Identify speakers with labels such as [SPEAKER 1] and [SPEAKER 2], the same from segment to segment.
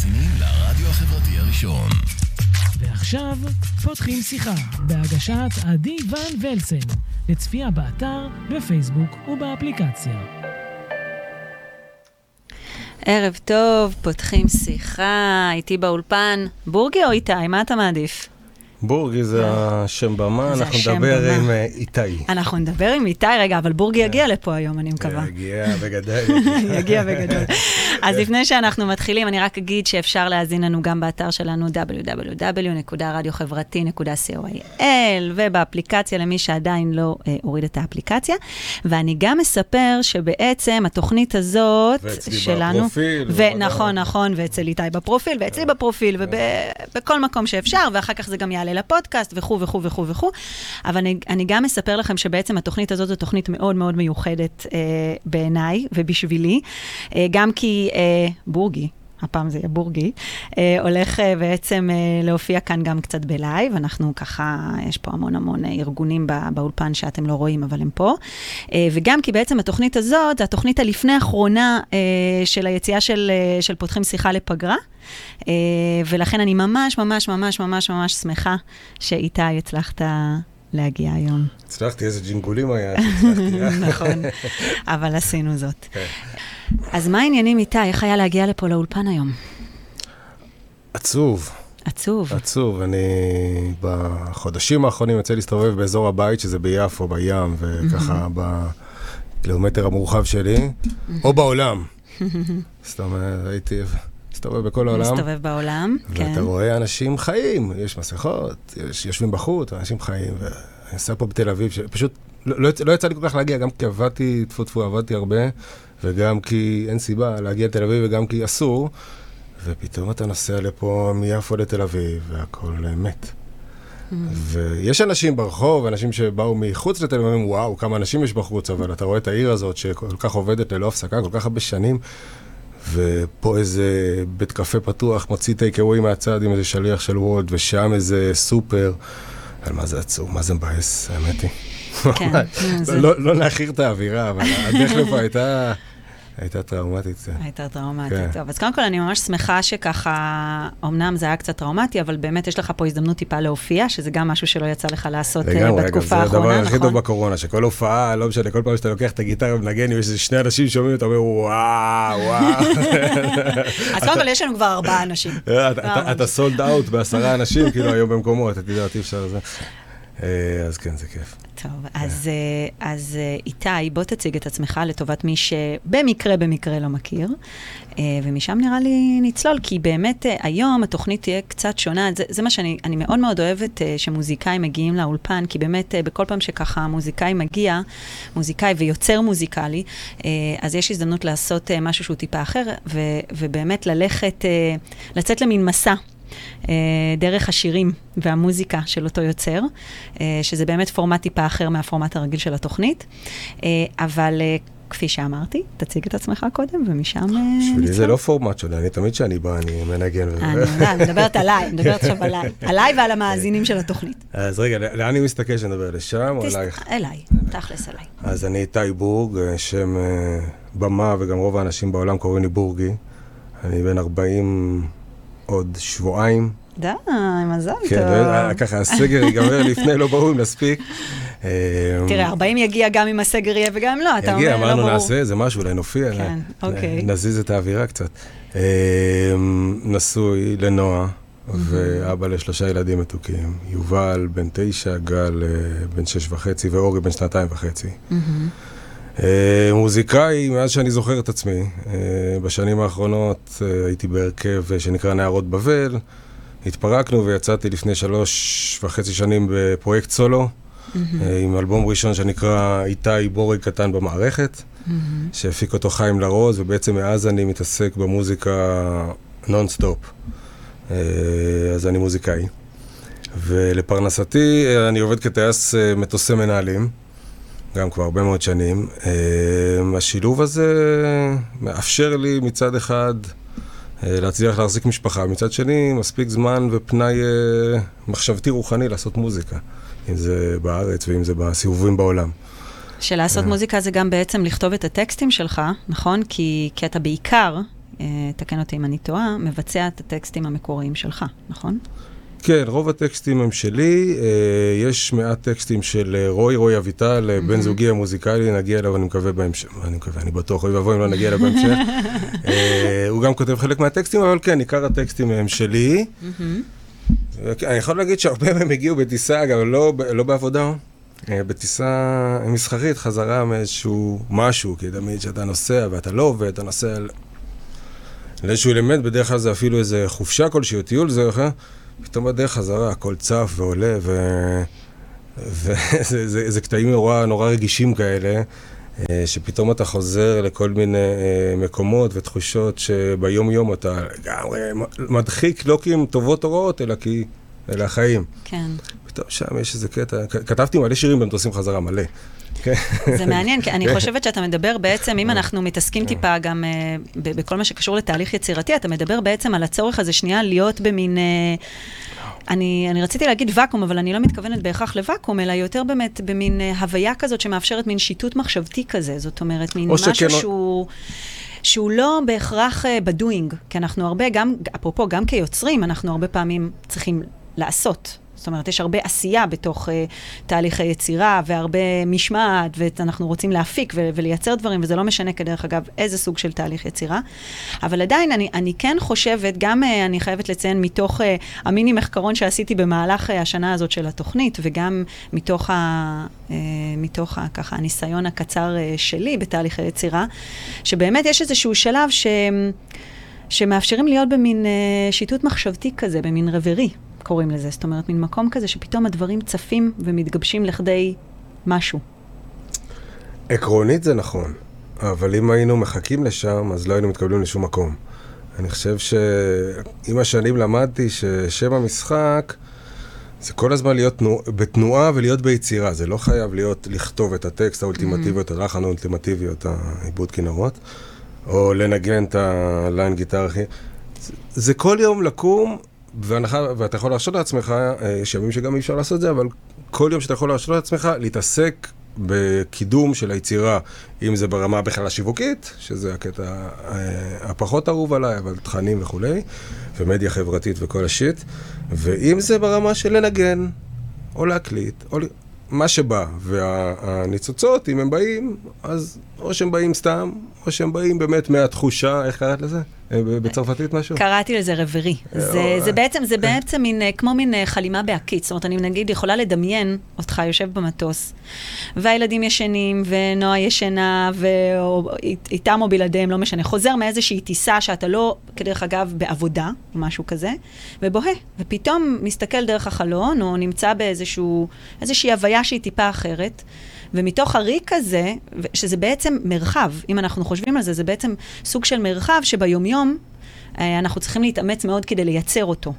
[SPEAKER 1] מאזינים לרדיו החברתי הראשון.
[SPEAKER 2] ועכשיו פותחים שיחה בהגשת עדי ון ולסן, לצפייה באתר, בפייסבוק ובאפליקציה.
[SPEAKER 3] ערב טוב, פותחים שיחה, איתי באולפן. בורגי או איתי? מה אתה מעדיף?
[SPEAKER 4] בורגי זה השם במה, אנחנו נדבר עם איתי.
[SPEAKER 3] אנחנו נדבר עם איתי, רגע, אבל בורגי יגיע לפה היום, אני מקווה.
[SPEAKER 4] יגיע בגדול.
[SPEAKER 3] יגיע בגדול. אז לפני שאנחנו מתחילים, אני רק אגיד שאפשר להזין לנו גם באתר שלנו www.radiofevrati.co.il ובאפליקציה למי שעדיין לא הוריד את האפליקציה. ואני גם מספר שבעצם התוכנית הזאת שלנו, נכון, ואצל איתי בפרופיל, ואצלי בפרופיל, ובכל מקום שאפשר, ואחר כך זה גם יעלה לפודקאסט וכו' וכו' וכו' וכו'. אבל אני גם מספר לכם שבעצם התוכנית הזאת זו תוכנית מאוד מאוד מיוחדת בעיניי ובשבילי. גם כי בורגי, הפעם זה יהיה בורגי, הולך בעצם להופיע כאן גם קצת בלייב. אנחנו ככה, יש פה המון ארגונים באולפן שאתם לא רואים, אבל הם פה. וגם כי בעצם התוכנית הזאת, זה התוכנית הלפני האחרונה של היציאה של פותחים שיחה לפגרה. ולכן אני ממש שמחה שאיתי הצלחת להגיע היום.
[SPEAKER 4] הצלחתי, איזה ג'ינגולים היה שהצלחתי.
[SPEAKER 3] נכון, אבל עשינו זאת. אז מה העניינים איתי? איך היה להגיע לפה לאולפן היום?
[SPEAKER 4] עצוב. אני בחודשים האחרונים יוצא להסתובב באזור הבית, שזה ביפו, בים, וככה בקילומטר המורחב שלי, או בעולם. זאת אומרת, הייתי מסתובב בכל העולם.
[SPEAKER 3] מסתובב בעולם, כן.
[SPEAKER 4] ואתה רואה אנשים חיים, יש מסכות, יושבים בחוץ, אנשים חיים, ואני עושה פה בתל אביב, שפשוט לא יצא לי כל כך להגיע, גם כי עבדתי, עבדתי הרבה, וגם כי אין סיבה להגיע לתל אביב, וגם כי אסור, ופתאום אתה נוסע לפה מיפו לתל אביב, והכל מת. ויש אנשים ברחוב, אנשים שבאו מחוץ לתל אביב, וואו, כמה אנשים יש בחוץ, אבל אתה רואה את העיר הזאת, שכל כך עובדת ללא הפסקה, כל כך הרבה שנים, ופה איזה בית קפה פתוח, מוציא טייקאווי מהצד עם איזה שליח של וולט, ושם איזה סופר. אבל מה זה עצוב, מה זה מבאס, האמת היא.
[SPEAKER 3] כן.
[SPEAKER 4] לא להכיר את האווירה, אבל הדרך לפה הייתה טראומטית.
[SPEAKER 3] הייתה טראומטית, טוב. אז קודם כל אני ממש שמחה שככה, אמנם זה היה קצת טראומטי, אבל באמת יש לך פה הזדמנות טיפה להופיע, שזה גם משהו שלא יצא לך לעשות בתקופה האחרונה, נכון?
[SPEAKER 4] זה הדבר הכי טוב בקורונה, שכל הופעה, לא משנה, כל פעם שאתה לוקח את הגיטרה ומנגן, יש שני אנשים שומעים, אתה אומר, וואו.
[SPEAKER 3] אז קודם כל יש לנו כבר 4 אנשים.
[SPEAKER 4] אתה סולד אאוט ב10 אנשים, כאילו היום במקומות, אתה יודע, אי אפשר זה. אז כן, זה כיף.
[SPEAKER 3] טוב, אז איתי, בוא תציג את עצמך לטובת מי שבמקרה לא מכיר, ומשם נראה לי נצלול, כי באמת היום התוכנית תהיה קצת שונה. זה מה שאני מאוד מאוד אוהבת, שמוזיקאים מגיעים לאולפן, כי באמת בכל פעם שככה מוזיקאי מגיע, מוזיקאי ויוצר מוזיקלי, אז יש הזדמנות לעשות משהו שהוא טיפה אחר, ובאמת לצאת למין מסע. דרך השירים והמוזיקה של אותו יוצר, שזה באמת פורמט טיפה אחר מהפורמט הרגיל של התוכנית, אבל כפי שאמרתי, תציג את עצמך קודם, ומשם
[SPEAKER 4] בשבילי זה לא פורמט שלי, אני תמיד שאני בא, אני מנגן.
[SPEAKER 3] אני מדברת עליי, אני מדברת עכשיו עליי ועל המאזינים של התוכנית.
[SPEAKER 4] אז רגע, לאן אני מסתכל שנדבר, לשם או אלייך?
[SPEAKER 3] אליי, תכלס עליי.
[SPEAKER 4] אז אני איתי בורג, שם במה, וגם רוב האנשים בעולם קוראים לי בורגי. אני בן 40 עוד שבועיים.
[SPEAKER 3] די, מזל טוב.
[SPEAKER 4] כן, ככה הסגר ייגמר לפני, לא ברור אם נספיק.
[SPEAKER 3] תראה, 40 יגיע גם אם הסגר יהיה וגם לא, אתה אומר, לא ברור.
[SPEAKER 4] אמרנו נעשה איזה משהו, אולי נופיע, נזיז את האווירה קצת. נשוי לנועה, ואבא ל3 ילדים מתוקים. יובל, בן 9, גל, בן 6.5, ואורי, בן 2.5. מוזיקאי, מאז שאני זוכר את עצמי. בשנים האחרונות הייתי בהרכב שנקרא נערות בבל, התפרקנו ויצאתי לפני 3.5 שנים בפרויקט סולו, עם אלבום ראשון שנקרא איתי בורג קטן במערכת, שהפיק אותו חיים לרוז, ובעצם מאז אני מתעסק במוזיקה נונסטופ. אז אני מוזיקאי. ולפרנסתי אני עובד כטייס מטוסי מנהלים, גם כבר הרבה מאוד שנים. השילוב הזה מאפשר לי מצד אחד להצליח להחזיק משפחה, מצד שני מספיק זמן ופנאי מחשבתי רוחני לעשות מוזיקה, אם זה בארץ ואם זה בסיבובים בעולם.
[SPEAKER 3] שלעשות מוזיקה זה גם בעצם לכתוב את הטקסטים שלך, נכון? כי אתה בעיקר תקן אותי אם אני טועה, מבצע את הטקסטים המקוריים שלך, נכון?
[SPEAKER 4] כן, רוב הטקסטים הם שלי, יש מעט טקסטים של רוי אביטל, בן זוגי המוזיקלי, נגיע אליו, אני מקווה, אני בטוח, אוי ואבוי אם לא נגיע אליו בהמשך. הוא גם כותב חלק מהטקסטים, אבל כן, עיקר הטקסטים הם שלי. אני יכול להגיד שהרבה מהם הגיעו בטיסה, אגב, לא בעבודה, בטיסה מסחרית, חזרה מאיזשהו משהו, כי תמיד שאתה נוסע ואתה לא עובד, אתה נוסע לאיזשהו אלמנט, בדרך כלל זה אפילו איזה חופשה כלשהו, טיול זה, פתאום בדרך חזרה, הכל צף ועולה, וזה קטעים נורא רגישים כאלה, שפתאום אתה חוזר לכל מיני מקומות ותחושות שביום יום אתה מדחיק, לא כי הם טובות או רעות, אלא כי אלה החיים.
[SPEAKER 3] כן.
[SPEAKER 4] פתאום שם יש איזה קטע, כתבתי מלא שירים במטוסים חזרה מלא.
[SPEAKER 3] זה מעניין, כי אני חושבת שאתה מדבר בעצם, אם אנחנו מתעסקים טיפה גם בכל מה שקשור לתהליך יצירתי, אתה מדבר בעצם על הצורך הזה שנייה להיות במין, אני רציתי להגיד וקום, אבל אני לא מתכוונת בהכרח לווקום, אלא יותר באמת במין הוויה כזאת שמאפשרת מין שיטוט מחשבתי כזה, זאת אומרת, מין משהו שהוא לא בהכרח בדוינג, כי אנחנו הרבה, אפרופו, גם כיוצרים, אנחנו הרבה פעמים צריכים לעשות. זאת אומרת, יש הרבה עשייה בתוך תהליך היצירה, והרבה משמעת, ואנחנו רוצים להפיק ולייצר דברים, וזה לא משנה כדרך אגב איזה סוג של תהליך יצירה. אבל עדיין אני כן חושבת, גם אני חייבת לציין מתוך המיני מחקרון שעשיתי במהלך השנה הזאת של התוכנית, וגם מתוך ככה הניסיון הקצר שלי בתהליך היצירה, שבאמת יש איזשהו שלב שמאפשרים להיות במין שיטוט מחשבתי כזה, במין רברי. קוראים לזה, זאת אומרת, מין מקום כזה שפתאום הדברים צפים ומתגבשים לכדי משהו.
[SPEAKER 4] עקרונית זה נכון, אבל אם היינו מחכים לשם, אז לא היינו מתקבלים לשום מקום. אני חושב שעם השנים למדתי ששם המשחק זה כל הזמן להיות בתנועה ולהיות ביצירה. זה לא חייב להיות לכתוב את הטקסט האולטימטיביות, הלחן האולטימטיביות, העיבוד כינורות, או לנגן את הליין גיטר. זה כל יום לקום, ואתה יכול להרשות לעצמך, יש ימים שגם אי אפשר לעשות את זה, אבל כל יום שאתה יכול להרשות לעצמך, להתעסק בקידום של היצירה, אם זה ברמה בכלל השיווקית, שזה הקטע הפחות אהוב עליי, אבל תכנים וכו', ומדיה חברתית וכל השיט, ואם זה ברמה של לנגן, או להקליט, או מה שבא, והניצוצות, אם הם באים, אז או שהם באים סתם, או שהם באים באמת מהתחושה, איך קראת לזה? בצרפתית משהו?
[SPEAKER 3] קראתי לזה רברי. זה בעצם כמו מין חלימה בהקיץ. זאת אומרת, אני נגיד יכולה לדמיין אותך יושב במטוס, והילדים ישנים, ונועה ישנה, ואיתם או בלעדיהם, לא משנה. חוזר מאיזושהי טיסה שאתה לא, כדרך אגב, בעבודה, או משהו כזה, ובוהה. ופתאום מסתכל דרך החלון, או נמצא באיזושהי הוויה שהיא טיפה אחרת, ומתוך הריק הזה, שזה בעצם מרחב, אם אנחנו חושבים על זה, זה בעצם סוג של מרחב שביומיום אנחנו צריכים להתאמץ מאוד כדי לייצר אותו.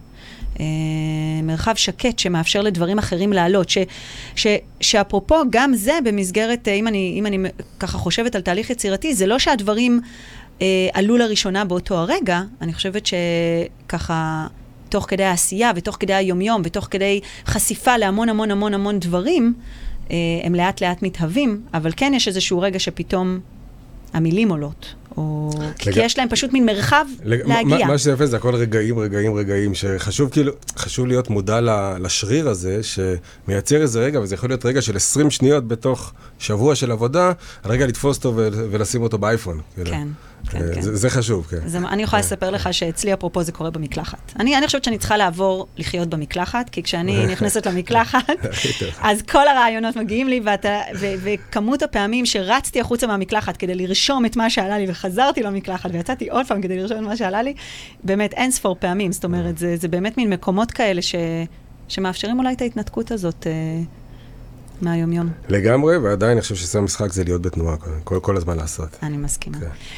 [SPEAKER 3] מרחב שקט שמאפשר לדברים אחרים לעלות, שאפרופו גם זה במסגרת, אם אני ככה חושבת על תהליך יצירתי, זה לא שהדברים עלו לראשונה באותו הרגע, אני חושבת שככה תוך כדי העשייה ותוך כדי היומיום ותוך כדי חשיפה להמון המון המון המון דברים, הם לאט לאט מתהווים, אבל כן יש איזשהו רגע שפתאום המילים עולות, או כי יש להם פשוט מין מרחב להגיע.
[SPEAKER 4] מה שזה יפה זה הכל רגעים, שחשוב חשוב להיות מודע לשריר הזה, שמייצר איזה רגע, וזה יכול להיות רגע של 20 שניות בתוך שבוע של עבודה, הרגע לתפוס אותו ולשים אותו באייפון.
[SPEAKER 3] כן.
[SPEAKER 4] זה חשוב, כן.
[SPEAKER 3] אני יכולה לספר לך שאצלי אפרופו זה קורה במקלחת. אני חושבת שאני צריכה לעבור לחיות במקלחת, כי כשאני נכנסת למקלחת, אז כל הרעיונות מגיעים לי, וכמות הפעמים שרצתי החוצה מהמקלחת כדי לרשום את מה שעלה לי, וחזרתי למקלחת, ויצאתי עוד פעם כדי לרשום את מה שעלה לי, באמת אין ספור פעמים. זאת אומרת, זה באמת מין מקומות כאלה שמאפשרים אולי את ההתנתקות הזאת מהיום-יום.
[SPEAKER 4] לגמרי, ועדיין אני חושב שסם משחק זה להיות בתנועה, כל הזמן לעשות.
[SPEAKER 3] אני מסכימה.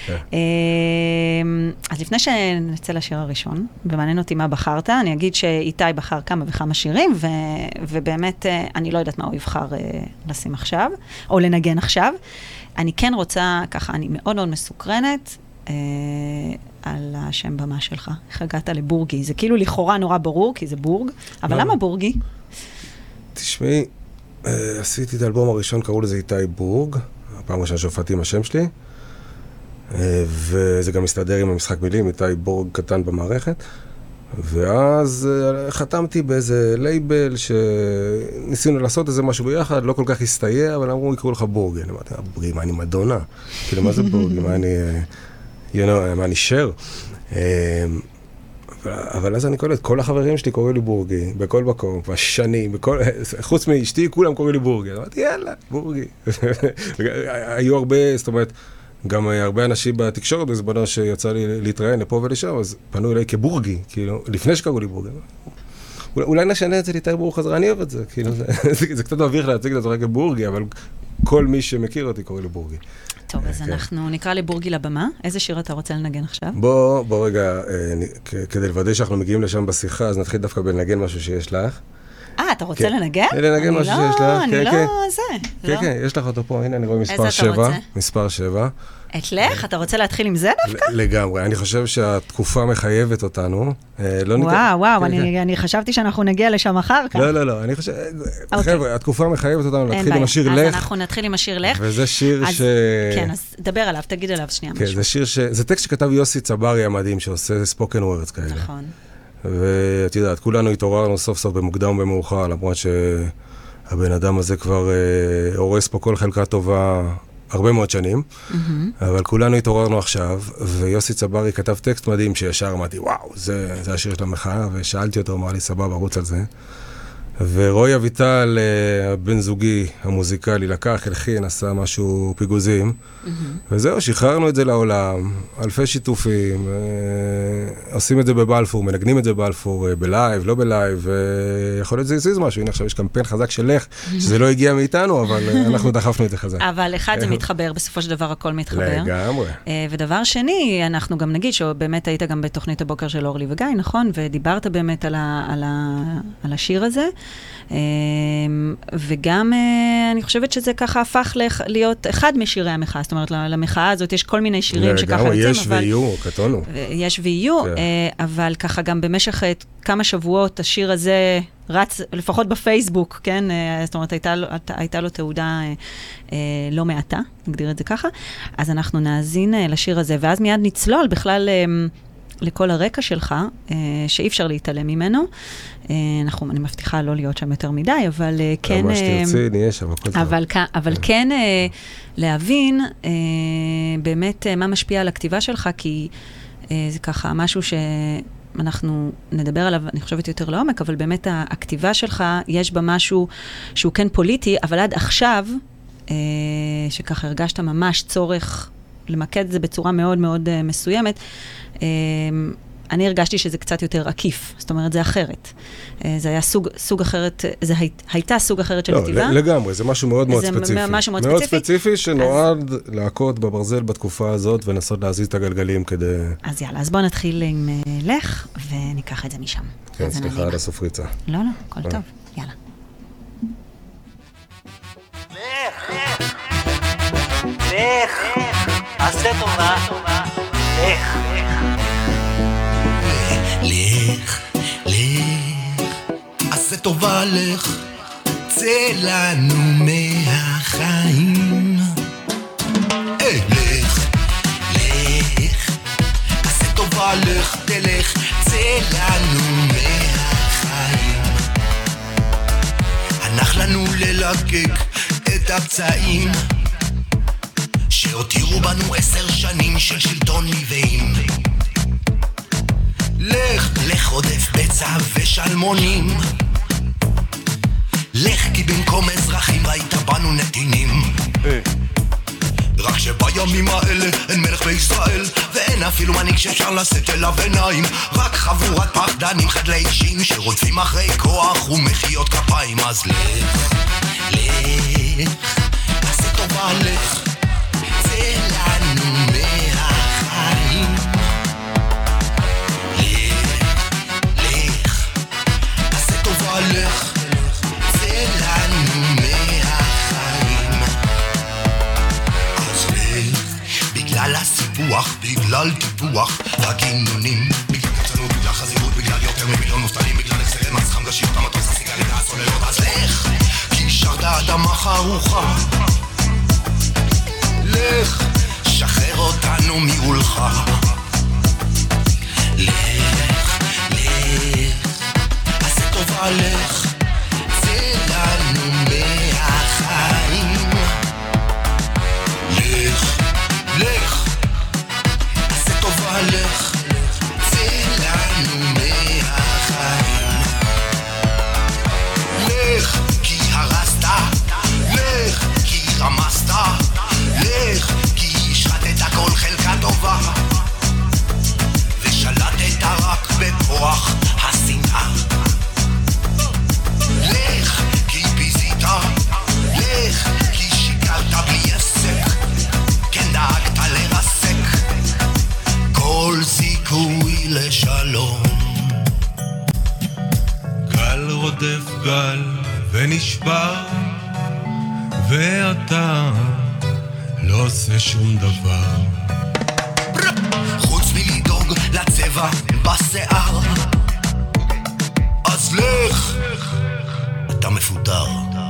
[SPEAKER 3] אז לפני שנצא לשיר הראשון, ומעניין אותי מה בחרת, אני אגיד שאיתי בחר כמה וכמה שירים, ובאמת אני לא יודעת מה הוא יבחר לשים עכשיו, או לנגן עכשיו. אני כן רוצה, ככה, אני מאוד מאוד מסוקרנת על השם במה שלך. איך הגעת לבורגי? זה כאילו לכאורה נורא ברור, כי זה בורג, אבל למה בורגי?
[SPEAKER 4] תשמעי, עשיתי את האלבום הראשון, קראו לזה איתי בורג, הפעם ראשונה שהופעתי עם השם שלי, וזה גם מסתדר עם המשחק מילים, איתי בורג קטן במערכת. ואז חתמתי באיזה לייבל שניסינו לעשות איזה משהו ביחד, לא כל כך הסתייע, אבל אמרו, יקראו לך בורגי. אני אמרתי, בורגי, מה אני מדונה? כאילו, מה זה בורגי? מה אני שר? אבל אז אני קולט, כל החברים שלי קוראים לי בורגי, בכל מקום, כבר שנים, חוץ מאשתי, כולם קוראים לי בורגי. אמרתי, יאללה, בורגי. היו הרבה, זאת אומרת, גם הרבה אנשים בתקשורת בזמנו שיצא לי להתראיין לפה ולשם, אז פנו אליי כבורגי, כאילו, לפני שקראו לי בורגי. אולי נשנה את זה ליותר בורג חזרה, אני אוהב את זה, כאילו, זה קצת מביך להציג את זה רק כבורגי, אבל כל מי שמכיר אותי קורא לי בורגי.
[SPEAKER 3] טוב, אז אנחנו נקרא לבורגי לבמה. איזה שיר אתה רוצה לנגן עכשיו?
[SPEAKER 4] בוא רגע, כדי לוודא שאנחנו מגיעים לשם בשיחה, אז נתחיל דווקא בלנגן משהו שיש לך.
[SPEAKER 3] אתה רוצה לנגן?
[SPEAKER 4] לנגן משהו שיש לך.
[SPEAKER 3] אני לא זה.
[SPEAKER 4] כן, כן, יש לך אותו פה, הנה אני רואה מספר 7. מספר 7.
[SPEAKER 3] את לך? אתה רוצה להתחיל עם זה דווקא?
[SPEAKER 4] לגמרי, אני חושב שהתקופה מחייבת אותנו.
[SPEAKER 3] וואו, אני חשבתי שאנחנו נגיע לשם אחר כך.
[SPEAKER 4] לא, אני חושב, חבר'ה, התקופה מחייבת אותנו להתחיל עם השיר לך.
[SPEAKER 3] אז אנחנו נתחיל עם השיר לך.
[SPEAKER 4] וזה שיר
[SPEAKER 3] כן, אז דבר עליו, תגיד עליו שנייה משהו.
[SPEAKER 4] כן, זה שיר זה טקסט שכתב יוסי צברי המדהים, שעושה ספוקן וורדס כאלה.
[SPEAKER 3] נכון.
[SPEAKER 4] ואת יודעת, כולנו התעוררנו סוף סוף במוקדם ובמאוחר, למרות שהבן אדם הזה כבר הורס פה כל חלקה טובה הרבה מאוד שנים, אבל כולנו התעוררנו עכשיו, ויוסי צברי כתב טקסט מדהים שישר אמרתי, וואו, זה השיר של המחאה, ושאלתי אותו, אמר לי, סבבה, רוץ על זה. ורוי אביטל, הבן זוגי המוזיקלי, לקח, הלחין, עשה משהו פיגוזים, וזהו, שחררנו את זה לעולם, אלפי שיתופים, עושים את זה בבלפור, מנגנים את זה בבלפור, בלייב, לא בלייב, ויכול להיות זה יזיז משהו, הנה עכשיו יש קמפיין חזק שלך, שזה לא הגיע מאיתנו, אבל אנחנו דחפנו את זה חזק.
[SPEAKER 3] אבל אחד זה מתחבר, בסופו של דבר הכל מתחבר.
[SPEAKER 4] לגמרי.
[SPEAKER 3] ודבר שני, אנחנו גם נגיד שבאמת היית גם בתוכנית הבוקר של אורלי וגיא, נכון? ודיברת באמת על השיר הזה. וגם אני חושבת שזה ככה הפך להיות אחד משירי המחאה, זאת אומרת למחאה הזאת יש כל מיני שירים שככה יוצאים,
[SPEAKER 4] יש ויהיו, קטונו.
[SPEAKER 3] יש ויהיו, אבל ככה גם במשך כמה שבועות השיר הזה רץ לפחות בפייסבוק, כן? זאת אומרת הייתה לו תעודה לא מעטה, נגדיר את זה ככה, אז אנחנו נאזין לשיר הזה, ואז מיד נצלול בכלל לכל הרקע שלך, שאי אפשר להתעלם ממנו. אני מבטיחה לא להיות שם יותר מדי, אבל כן...
[SPEAKER 4] מה שתרצי, נהיה שם, הכל טוב.
[SPEAKER 3] אבל כן להבין באמת מה משפיע על הכתיבה שלך, כי זה ככה משהו שאנחנו נדבר עליו, אני חושבת יותר לעומק, אבל באמת הכתיבה שלך, יש בה משהו שהוא כן פוליטי, אבל עד עכשיו, שככה הרגשת ממש צורך למקד את זה בצורה מאוד מאוד מסוימת, אני הרגשתי שזה קצת יותר עקיף, זאת אומרת, זה אחרת. זה היה סוג אחרת, זה הייתה סוג אחרת של כתיבה.
[SPEAKER 4] לא, לגמרי, זה משהו מאוד מאוד ספציפי.
[SPEAKER 3] זה משהו מאוד
[SPEAKER 4] ספציפי. מאוד ספציפי שנועד להכות בברזל בתקופה הזאת, ונסות להזיז את הגלגלים כדי...
[SPEAKER 3] אז יאללה, אז בואו נתחיל עם לך, וניקח את זה משם.
[SPEAKER 4] כן, סליחה על הסופריצה.
[SPEAKER 3] לא, הכל טוב, יאללה.
[SPEAKER 5] לך, עשה טובה, לך. לך, עשה טובה, לך, צא לנו מהחיים. לך, עשה טובה, לך, תלך, צא לנו מהחיים. הנח לנו ללקק את הפצעים שהותירו בנו 10 שנים של שלטון נביאים. לך עודף בצע ושלמונים. לך כי במקום אזרחים ראית בנו נתינים. רק שבימים האלה אין מלך בישראל, ואין אפילו מנהיג שאפשר לשאת אליו עיניים. רק חבורת פחדנים חדלי אישים שרודפים אחרי כוח ומחיאות כפיים. אז לך, עשה טובה, לך, צא לנו מהחיים. עשה טובה, לך, צא לנו מהחיים. אז לך, בגלל הסיפוח, בגלל טיפוח והגינונים, בגלל קצנות, בגלל חזירות, בגלל יותר ממיליון מובטלים, בגלל החזרי מס חמגשיות, המטוס, הסיגריות, הסוללות. אז לך, כי שרת האדמה חרוכה. לך, שחרר אותנו לנו מעולך. לך, לך, עשה טובה לך, צא לנו מהחיים. לך, לך, עשה טובה לך, צא לנו מהחיים. לך, כי הרסת, לך, כי רמסת, לך, כי השחטת כל חלקה טובה, ושלטת רק בכוח השנאה. לך, כי ביזית, לך, כי שיקרת בלי הפסק, כן דאגת לרסק כל סיכוי לשלום.
[SPEAKER 6] גל רודף גל ונשבר, ואתה לא עושה שום דבר.
[SPEAKER 5] חוץ מלדאוג לצבע בשיער, אז לך, אתה מפוטר.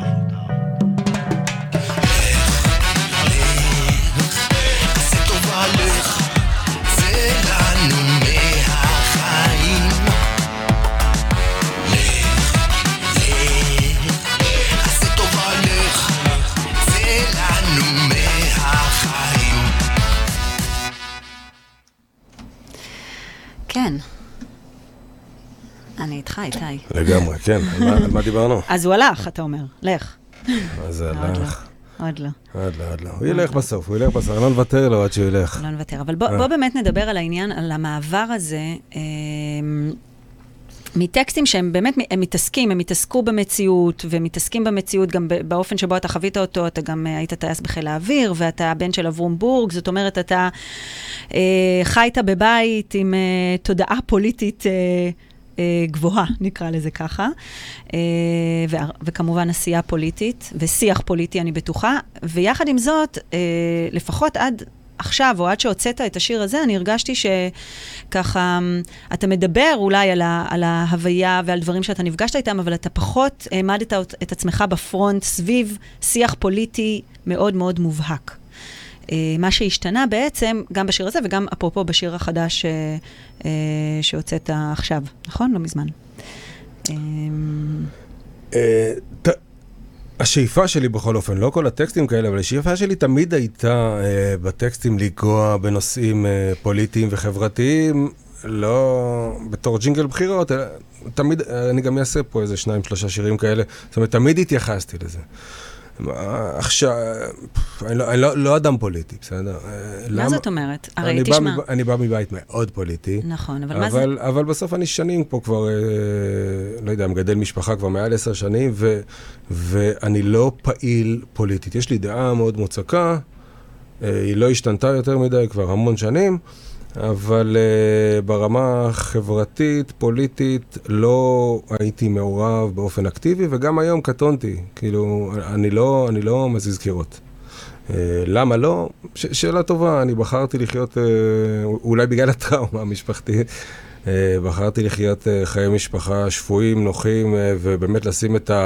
[SPEAKER 5] לך, לך, עשה טובה לך, זה לנו מהחיים. לך, לך, עשה טובה לך, זה לנו מהחיים.
[SPEAKER 3] כן. אני איתך, איתי.
[SPEAKER 4] לגמרי, כן. על מה דיברנו?
[SPEAKER 3] אז הוא הלך, אתה אומר. לך.
[SPEAKER 4] אז זה הלך.
[SPEAKER 3] עוד לא.
[SPEAKER 4] עוד לא. הוא ילך בסוף, אני לא נוותר לו עד שהוא ילך.
[SPEAKER 3] לא נוותר. אבל בוא באמת נדבר על העניין, על המעבר הזה, מטקסטים שהם באמת, הם התעסקו במציאות, ומתעסקים במציאות גם באופן שבו אתה חווית אותו, אתה גם היית טייס בחיל האוויר, ואתה בן של אברום בורג, זאת אומרת, אתה חיית בבית עם תודעה פוליטית גבוהה, נקרא לזה ככה, וכמובן עשייה פוליטית, ושיח פוליטי, אני בטוחה, ויחד עם זאת, לפחות עד עכשיו, או עד שהוצאת את השיר הזה, אני הרגשתי שככה, אתה מדבר אולי על ההוויה ועל דברים שאתה נפגשת איתם, אבל אתה פחות העמדת את עצמך בפרונט סביב שיח פוליטי מאוד מאוד מובהק. מה שהשתנה בעצם, גם בשיר הזה, וגם אפרופו בשיר החדש שהוצאת עכשיו, נכון? לא מזמן.
[SPEAKER 4] השאיפה שלי בכל אופן, לא כל הטקסטים כאלה, אבל השאיפה שלי תמיד הייתה בטקסטים לגוע בנושאים פוליטיים וחברתיים, לא בתור ג'ינגל בחירות, תמיד, אני גם אעשה פה איזה 2-3 שירים כאלה, זאת אומרת, תמיד התייחסתי לזה. עכשיו, אני לא אדם פוליטי, בסדר?
[SPEAKER 3] מה זאת אומרת? הרי תשמע.
[SPEAKER 4] אני בא מבית מאוד פוליטי.
[SPEAKER 3] נכון, אבל מה זה?
[SPEAKER 4] אבל בסוף אני שנים פה כבר, לא יודע, מגדל משפחה כבר מעל 10 שנים, ואני לא פעיל פוליטית. יש לי דעה מאוד מוצקה, היא לא השתנתה יותר מדי כבר המון שנים, אבל ברמה חברתית, פוליטית, לא הייתי מעורב באופן אקטיבי, וגם היום קטונתי. כאילו, אני לא מזיז קירות. למה לא? שאלה טובה. אני בחרתי לחיות, אולי בגלל הטראומה המשפחתית, בחרתי לחיות חיי משפחה שפויים, נוחים, ובאמת לשים את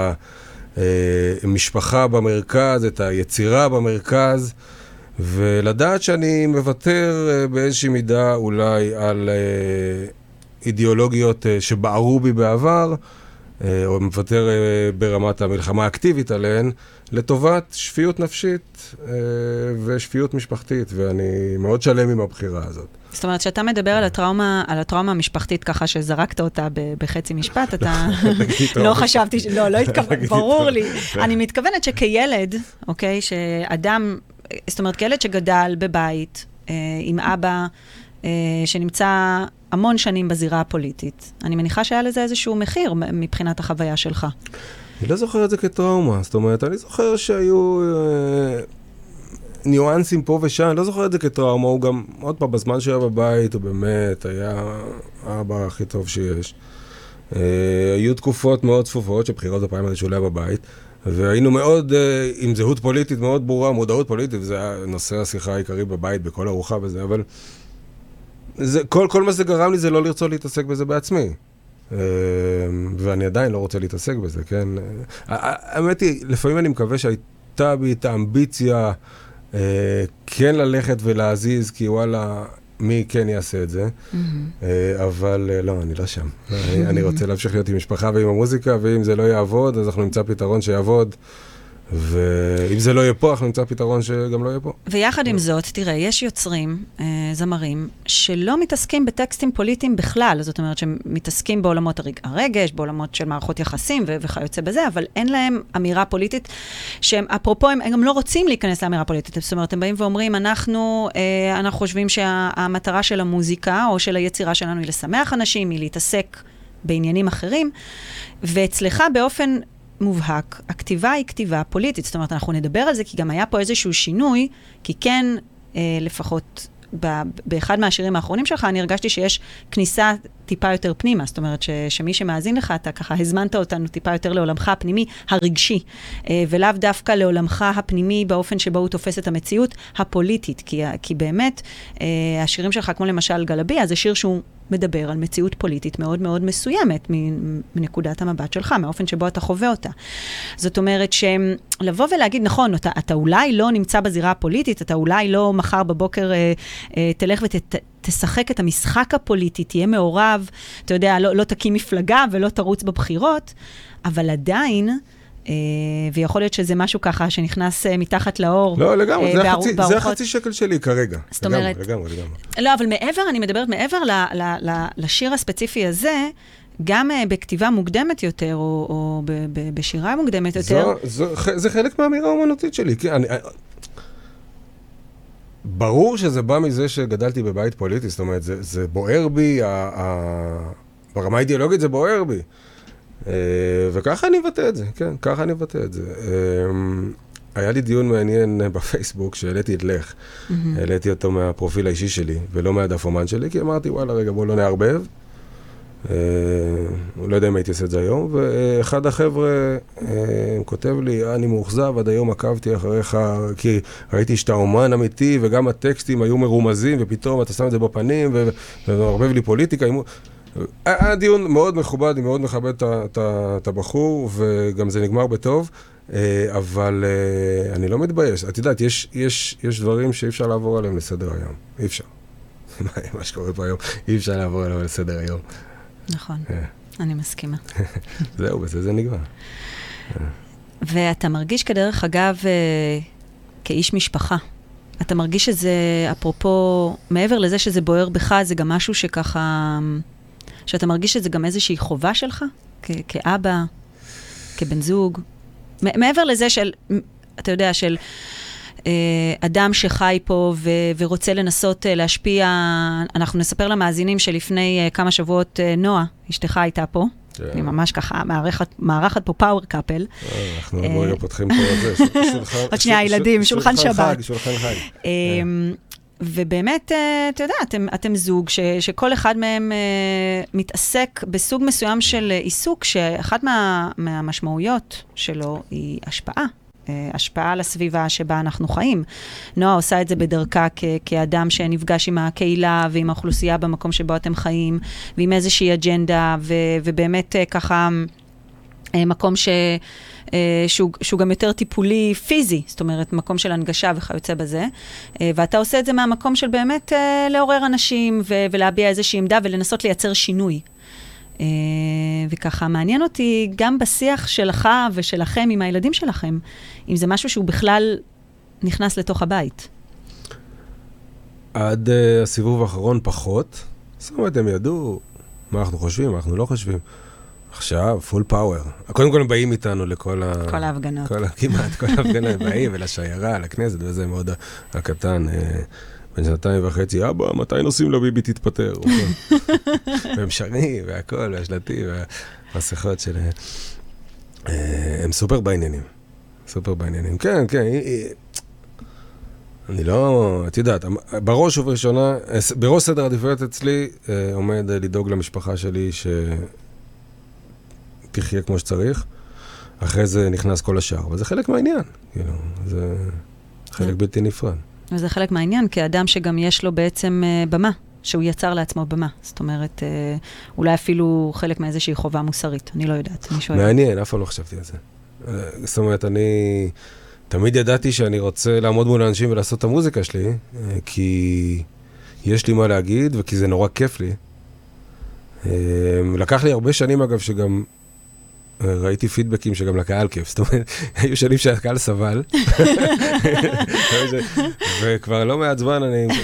[SPEAKER 4] המשפחה במרכז, את היצירה במרכז, ולדעת שאני מוותר באיזושהי מידה אולי על אידיאולוגיות שבערו בי בעבר, או מוותר ברמת המלחמה האקטיבית עליהן, לטובת שפיות נפשית ושפיות משפחתית, ואני מאוד שלם עם הבחירה הזאת.
[SPEAKER 3] זאת אומרת, שאתה מדבר על הטראומה המשפחתית ככה שזרקת אותה בחצי משפט, אתה לא חשבתי, לא התכוון, ברור לי. אני מתכוונת שכילד, אוקיי, שאדם, זאת אומרת, כילד שגדל בבית עם אבא שנמצא המון שנים בזירה הפוליטית, אני מניחה שהיה לזה איזשהו מחיר מבחינת החוויה שלך.
[SPEAKER 4] אני לא זוכר את זה כטראומה, זאת אומרת, אני זוכר שהיו ניואנסים פה ושם, אני לא זוכר את זה כטראומה, הוא גם, עוד פעם, בזמן שהיה בבית, הוא באמת היה האבא הכי טוב שיש. היו תקופות מאוד צפופות, שבחירות הפעמים האלה שהוא היה בבית, והיינו מאוד, עם זהות פוליטית מאוד ברורה, מודעות פוליטית, וזה היה נושא השיחה העיקרי בבית, בכל ארוחה וזה, אבל כל מה זה גרם לי זה לא לרצות להתעסק בזה בעצמי. ואני עדיין לא רוצה להתעסק בזה, כן? האמת היא, לפעמים אני מקווה שהייתה בי את האמביציה כן ללכת ולהזיז, כי וואלה, מי כן יעשה את זה, אבל לא, אני לא שם. אני רוצה להמשיך להיות עם משפחה ועם המוזיקה, ואם זה לא יעבוד, אז אנחנו נמצא פתרון שיעבוד, ואם זה לא יהיה פה, אנחנו נמצא פתרון שגם לא יהיה פה.
[SPEAKER 3] ויחד עם זאת, תראה, יש יוצרים, זמרים, שלא מתעסקים בטקסטים פוליטיים בכלל, זאת אומרת שמתעסקים בעולמות הרגש, בעולמות של מערכות יחסים וכיוצא בזה, אבל אין להם אמירה פוליטית, שהם, אפרופו, הם גם לא רוצים להיכנס לאמירה פוליטית, זאת אומרת, הם באים ואומרים, אנחנו חושבים שהמטרה של המוזיקה, או של היצירה שלנו היא לשמח אנשים, היא להתעסק בעניינים אחרים, ואצלך באופן מובהק, הכתיבה היא כתיבה פוליטית, זאת אומרת, אנחנו נדבר על זה, כי גם היה פה איזשהו שינוי, כי כן, לפחות באחד מהשירים האחרונים שלך, אני הרגשתי שיש כניסה טיפה יותר פנימה, זאת אומרת, שמי שמאזין לך, אתה ככה הזמנת אותנו טיפה יותר לעולמך הפנימי הרגשי, ולאו דווקא לעולמך הפנימי באופן שבו הוא תופס את המציאות הפוליטית, כי באמת, השירים שלך, כמו למשל גלביה, זה שיר שהוא מדבר על מציאות פוליטית מאוד מאוד מסוימת מנקודת המבט שלך, מהאופן שבו אתה חווה אותה. זאת אומרת שלבוא ולהגיד, נכון, אתה אולי לא נמצא בזירה הפוליטית, אתה אולי לא מחר בבוקר תלך ותשחק את המשחק הפוליטי, תהיה מעורב, אתה יודע, לא תקים מפלגה ולא תרוץ בבחירות, אבל עדיין, ויכול להיות שזה משהו ככה שנכנס מתחת לאור.
[SPEAKER 4] לא, לגמרי, זה החצי שקל שלי כרגע.
[SPEAKER 3] זאת אומרת, לגמרי. לא, אבל אני מדברת מעבר לשיר הספציפי הזה, גם בכתיבה מוקדמת יותר, או בשירה מוקדמת יותר.
[SPEAKER 4] זה חלק מהאמירה האומנותית שלי. ברור שזה בא מזה שגדלתי בבית פוליטי, זאת אומרת, זה בוער בי, ברמה האידיאולוגית זה בוער בי. וככה אני מבטא את זה, כן, ככה אני מבטא את זה. היה לי דיון מעניין בפייסבוק שהעליתי את לך, העליתי אותו מהפרופיל האישי שלי, ולא מהדף אומן שלי, כי אמרתי, וואלה, רגע, בוא לא נערבב. לא יודע אם הייתי עושה את זה היום, ואחד החבר'ה כותב לי, אני מאוכזב, עד היום עקבתי אחריך, כי ראיתי שאתה אומן אמיתי, וגם הטקסטים היו מרומזים, ופתאום אתה שם את זה בפנים, ומערבב לי פוליטיקה. היה דיון מאוד מכובד, אני מאוד מכבד את הבחור, וגם זה נגמר בטוב, אבל אני לא מתבייש. את יודעת, יש דברים שאי אפשר לעבור עליהם לסדר היום. אי אפשר. מה שקורה פה היום, אי אפשר לעבור עליהם לסדר היום.
[SPEAKER 3] נכון, אני מסכימה.
[SPEAKER 4] זהו, בזה זה נגמר.
[SPEAKER 3] ואתה מרגיש כדרך אגב, כאיש משפחה, אתה מרגיש שזה, אפרופו, מעבר לזה שזה בוער בך, זה גם משהו שככה, שאתה מרגיש שזה גם איזושהי חובה שלך, כאבא, כבן זוג, מעבר לזה של, אתה יודע, של אדם שחי פה ורוצה לנסות להשפיע, אנחנו נספר למאזינים שלפני כמה שבועות נועה, אשתך הייתה פה, היא ממש ככה, מערכת פה פאוור קאפל.
[SPEAKER 4] אנחנו רגע פותחים פה את זה,
[SPEAKER 3] עוד שנייה הילדים, שולחן שבת.
[SPEAKER 4] שולחן חג.
[SPEAKER 3] ובאמת, אתה יודע, אתם זוג שכל אחד מהם מתעסק בסוג מסוים של עיסוק, שאחת מהמשמעויות שלו היא השפעה על הסביבה שבה אנחנו חיים. נועה עושה את זה בדרכה כאדם שנפגש עם הקהילה ועם האוכלוסייה במקום שבו אתם חיים, ועם איזושהי אג'נדה, ובאמת ככה מקום שהוא גם יותר טיפולי פיזי, זאת אומרת, מקום של הנגשה וכיוצא בזה, ואתה עושה את זה מהמקום של באמת לעורר אנשים ולהביע איזושהי עמדה ולנסות לייצר שינוי. וככה מעניין אותי גם בשיח שלך ושלכם עם הילדים שלכם, אם זה משהו שהוא בכלל נכנס לתוך הבית.
[SPEAKER 4] עד הסיבוב האחרון פחות, זאת אומרת, הם ידעו מה אנחנו חושבים, מה אנחנו לא חושבים. עכשיו, פול פאוור. קודם כל הם באים איתנו לכל
[SPEAKER 3] כל ההפגנות.
[SPEAKER 4] כמעט כל ההפגנות הם באים, ולשיירה, לכנסת, וזה מאוד הקטן. בן 2.5, אבא, מתי נוסעים לביבי תתפטר? והם שרים, והכל, והשלטים, והמסכות שלהם. הם סופר בעניינים. סופר בעניינים. כן, כן. אני לא, את יודעת, בראש ובראשונה, בראש סדר עדיפויות אצלי, עומד לדאוג למשפחה שלי שתחיה כמו שצריך. אחרי זה נכנס כל השאר. אבל זה חלק מהעניין. כאילו, זה חלק בלתי נפרד.
[SPEAKER 3] וזה חלק מהעניין, כאדם שגם יש לו בעצם במה, שהוא יצר לעצמו במה. זאת אומרת, אולי אפילו חלק מאיזושהי חובה מוסרית. אני לא יודעת, אני שואלת.
[SPEAKER 4] מעניין, אף פעם לא חשבתי על זה. זאת אומרת, אני תמיד ידעתי שאני רוצה לעמוד מול אנשים ולעשות את המוזיקה שלי, כי יש לי מה להגיד וכי זה נורא כיף לי. לקח לי הרבה שנים אגב שגם ראיתי פידבקים שגם לקהל כיף, זאת אומרת, היו שנים שהקהל סבל, וכבר לא מעט זמן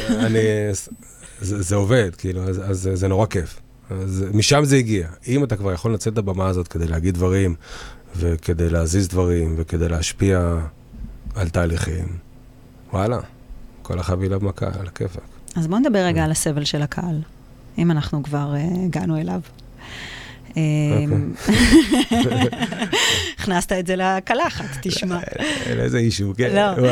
[SPEAKER 4] זה עובד, כאילו, אז זה נורא כיף. אז משם זה הגיע. אם אתה כבר יכול לנצל את הבמה הזאת כדי להגיד דברים, וכדי להזיז דברים, וכדי להשפיע על תהליכים, וואלה, כל החבילה במכה, על הכיפק.
[SPEAKER 3] אז בוא נדבר רגע על הסבל של הקהל, אם אנחנו כבר הגענו אליו. הכנסת את זה לקלחת, תשמע.
[SPEAKER 4] איזה אישו, כן.
[SPEAKER 3] לא.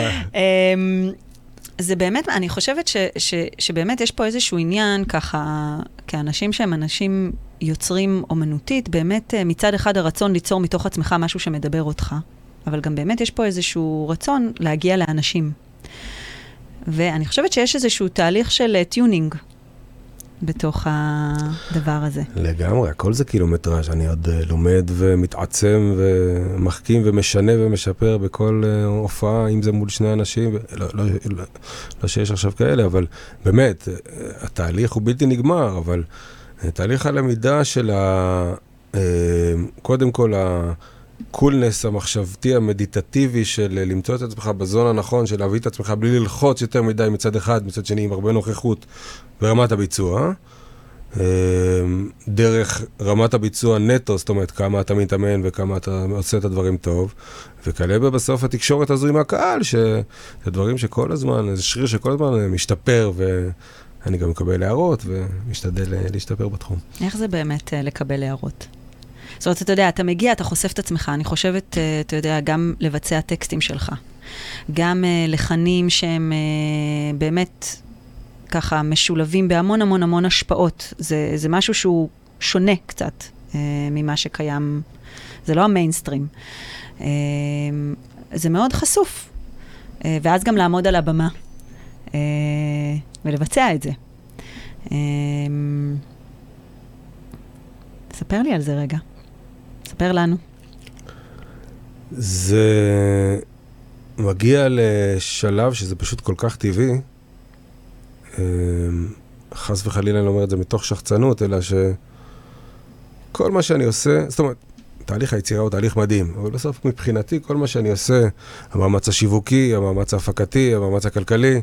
[SPEAKER 3] זה באמת, אני חושבת שבאמת יש פה איזשהו עניין, ככה, כאנשים שהם אנשים יוצרים אומנותית, באמת מצד אחד הרצון ליצור מתוך עצמך משהו שמדבר אותך, אבל גם באמת יש פה איזשהו רצון להגיע לאנשים. ואני חושבת שיש איזשהו תהליך של טיונינג בתוך הדבר הזה.
[SPEAKER 4] לגמרי, הכל זה קילומטראז'. אני עוד לומד ומתעצם ומחכים ומשנה ומשפר בכל הופעה, אם זה מול שני אנשים, לא שיש עכשיו כאלה, אבל באמת, התהליך הוא בלתי נגמר, אבל תהליך הלמידה של קודם כל הקולנס המחשבתי המדיטטיבי של למצוא את עצמך בזון הנכון, של להביא את עצמך בלי ללחוץ יותר מדי מצד אחד, מצד שני עם הרבה נוכחות ברמת הביצוע, דרך רמת הביצוע נטו, זאת אומרת כמה אתה מתאמן וכמה אתה עושה את הדברים טוב, וכאלה בסוף התקשורת הזו עם הקהל, שזה דברים שכל הזמן, זה שריר שכל הזמן משתפר, ואני גם מקבל הערות ומשתדל להשתפר בתחום.
[SPEAKER 3] איך זה באמת לקבל הערות? זאת אומרת, אתה יודע, אתה מגיע, אתה חושף את עצמך, אני חושבת, אתה יודע, גם לבצע טקסטים שלך, גם לחנים שהם באמת ככה משולבים בהמון המון המון השפעות. זה משהו שהוא שונה קצת ממה שקיים, זה לא המיינסטרים. זה מאוד חשוף. ואז גם לעמוד על הבמה ולבצע את זה. ספר לי על זה רגע. ספר לנו.
[SPEAKER 4] זה מגיע לשלב שזה פשוט כל כך טבעי, חס וחלילה אני לא אומר את זה מתוך שחצנות, אלא שכל מה שאני עושה, זאת אומרת, תהליך היצירה הוא תהליך מדהים, אבל בסוף מבחינתי כל מה שאני עושה, המאמץ השיווקי, המאמץ ההפקתי, המאמץ הכלכלי,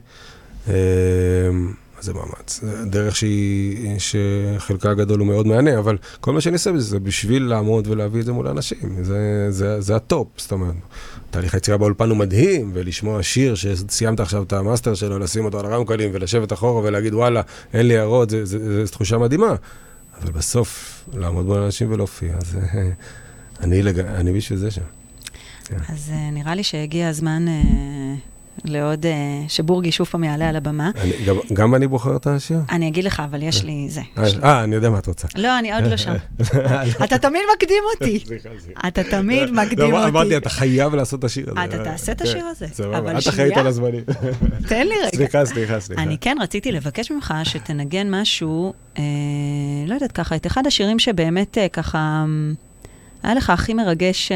[SPEAKER 4] זה מאמץ. דרך שחלקה הגדול הוא מאוד מענה, אבל כל מה שאני עושה בזה, זה בשביל לעמוד ולהביא את זה מול האנשים. זה הטופ, זאת אומרת. תהליך היצירה באולפן הוא מדהים, ולשמוע שיר שסיימת עכשיו את המאסטר שלו, לשים אותו על הרמקולים ולשבת אחורה ולהגיד, וואלה, אין לי הערות, זו תחושה מדהימה. אבל בסוף, לעמוד מול האנשים ולהופיע, אז אני בשביל זה שם.
[SPEAKER 3] אז נראה לי שהגיע הזמן לעוד שבורגי שוב פעם יעלה על הבמה.
[SPEAKER 4] גם אני בוחר את השיר?
[SPEAKER 3] אני אגיד לך, אבל יש לי זה.
[SPEAKER 4] אני יודע מה את רוצה.
[SPEAKER 3] לא, אני עוד לא שם. אתה תמיד מקדים אותי. אתה תמיד מקדים אותי.
[SPEAKER 4] אמרתי, אתה חייב לעשות את השיר הזה.
[SPEAKER 3] אתה תעשה את השיר הזה.
[SPEAKER 4] את אחראית על הזמנים.
[SPEAKER 3] תן לי רגע.
[SPEAKER 4] סליחה.
[SPEAKER 3] אני כן רציתי לבקש ממך שתנגן משהו, לא יודעת ככה, את אחד השירים שבאמת ככה, היה לך הכי מרגש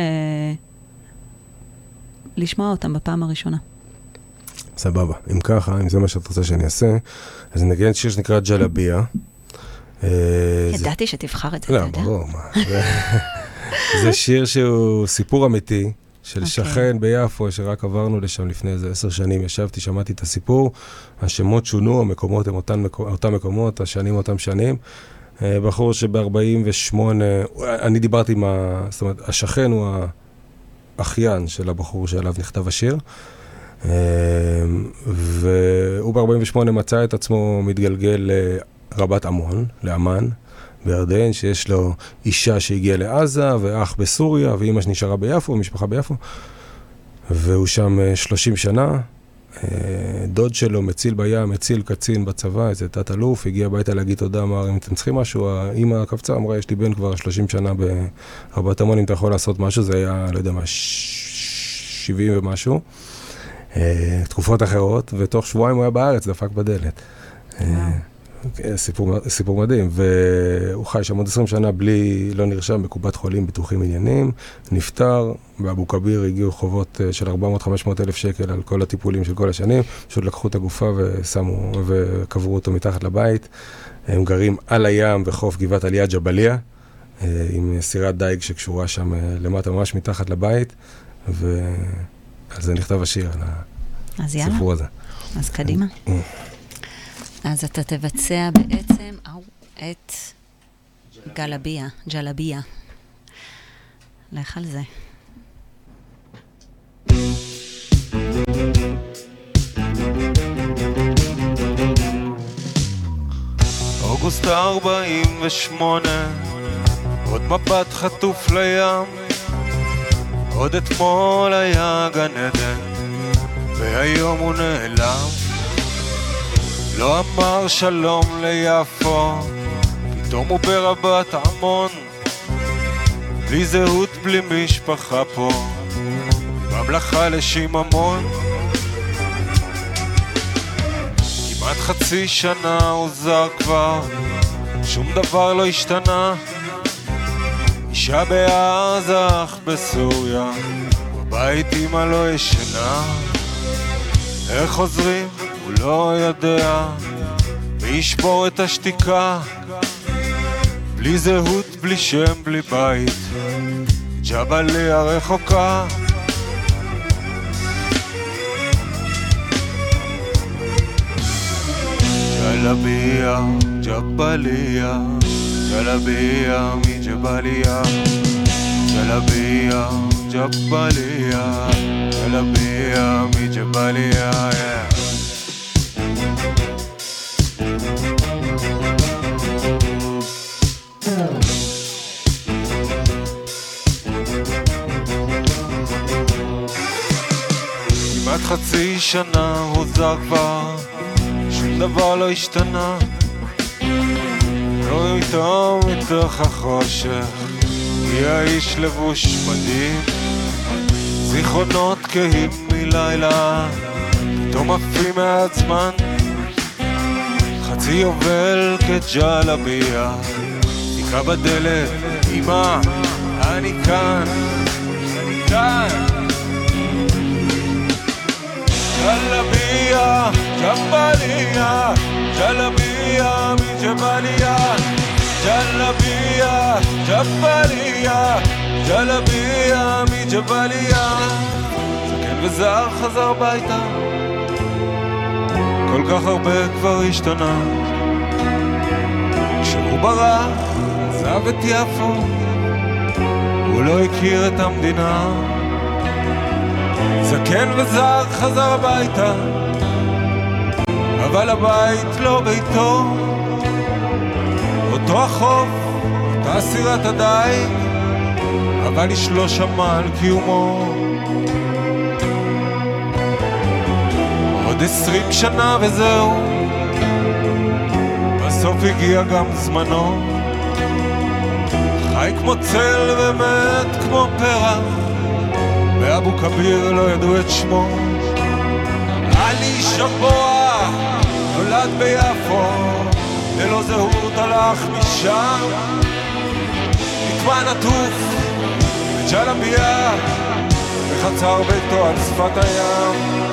[SPEAKER 3] לשמוע אותם בפעם הראשונה.
[SPEAKER 4] סבבה. אם ככה, אם זה מה שאת רוצה שאני אעשה, אז נגן שיר שנקרא ג'לביה.
[SPEAKER 3] ידעתי שתבחר את זה,
[SPEAKER 4] לא, ברור, מה. זה שיר שהוא סיפור אמיתי, של שכן ביפו, שרק עברנו לשם לפני איזה 10 שנים, ישבתי, שמעתי את הסיפור, השמות שונו, המקומות הם אותם מקומות, השנים אותם שנים. בחור שב-48, אני דיברתי עם זאת אומרת, השכן הוא האחיין של הבחור שעליו נכתב השיר, והוא ב-48 מצא את עצמו מתגלגל לרבת עמון, לאמן, בירדן, שיש לו אישה שהגיעה לעזה, ואח בסוריה, ואמא שנשארה ביפו, משפחה ביפו, והוא שם 30 שנה, דוד שלו מציל בים, מציל קצין בצבא, איזה תת אלוף, הגיע הביתה להגיד תודה, אמר, אם אתם צריכים משהו, האמא קפצה, אמרה, יש לי בן כבר 30 שנה ברבת עמון, אם אתה יכול לעשות משהו, זה היה, לא יודע מה, 70 ומשהו, תקופות אחרות, ותוך שבועיים הוא היה בארץ, דפק בדלת. סיפור מדהים, והוא חי שם עוד 20 שנה לא נרשם בקופת חולים ביטוחים עניינים, נפטר, באבו כביר הגיעו חובות של 400-500 אלף שקל על כל הטיפולים של כל השנים, פשוט לקחו את הגופה וקברו אותו מתחת לבית, הם גרים על הים בחוף גבעת עלייה ג'בליה, עם סירת דייג שקשורה שם למטה ממש מתחת לבית, ועל זה נכתב השיר, על הסיפור הזה.
[SPEAKER 3] אז קדימה. אז אתה תבצע בעצם את ג'לביה. לך על זה.
[SPEAKER 7] אוגוסט 48, עוד מבט חטוף לים, עוד אתמול היה גן עדן, והיום הוא נעלם. לא אמר שלום ליפו, פתאום הוא ברבת עמון, בלי זהות, בלי משפחה פה, ממלכה לשיממון. כמעט חצי שנה הוא זר כבר, שום דבר לא השתנה, אישה בעזה אך בסוריה, בבית אמא לא ישנה. איך חוזרים? הוא לא יודע, מי ישבור את השתיקה, בלי זהות, בלי שם, בלי בית, ג'בליה רחוקה. ג'לביה, ג'בליה, ג'לביה מג'בליה, ג'לביה, ג'בליה, ג'לביה מג'בליה. כמעט חצי שנה הוא זר כבר, שום דבר לא השתנה, לא איתו מתוך החושך, היא האיש לבוש מדהים, זיכרונות כהים מלילה, פתאום עפים מעט זמן, חצי יובל כג'לביה, תקע בדלת, אמא, אני כאן, אני כאן. ג'לביה, ג'בליה, ג'לביה מג'בליה, ג'לביה, ג'בליה, ג'לביה מג'בליה. זקן וזר חזר ביתה, כל כך הרבה כבר השתנה, כשהוא ברח, עזב את יפו, הוא לא הכיר את המדינה. זקן וזר חזר הביתה, אבל הבית לא ביתו, אותו החוף, אותה סירת הדייג, אבל איש לא שמע על קיומו. עוד 20 שנה וזהו, בסוף הגיע גם זמנו, חי כמו צל ומת כמו פרח, באבו כביר לא ידעו את שמו. עלי שבוע נולד ביפו, ללא זהות הלך משם, נקבע נטוף בג'לביה, וחצר ביתו על שפת הים.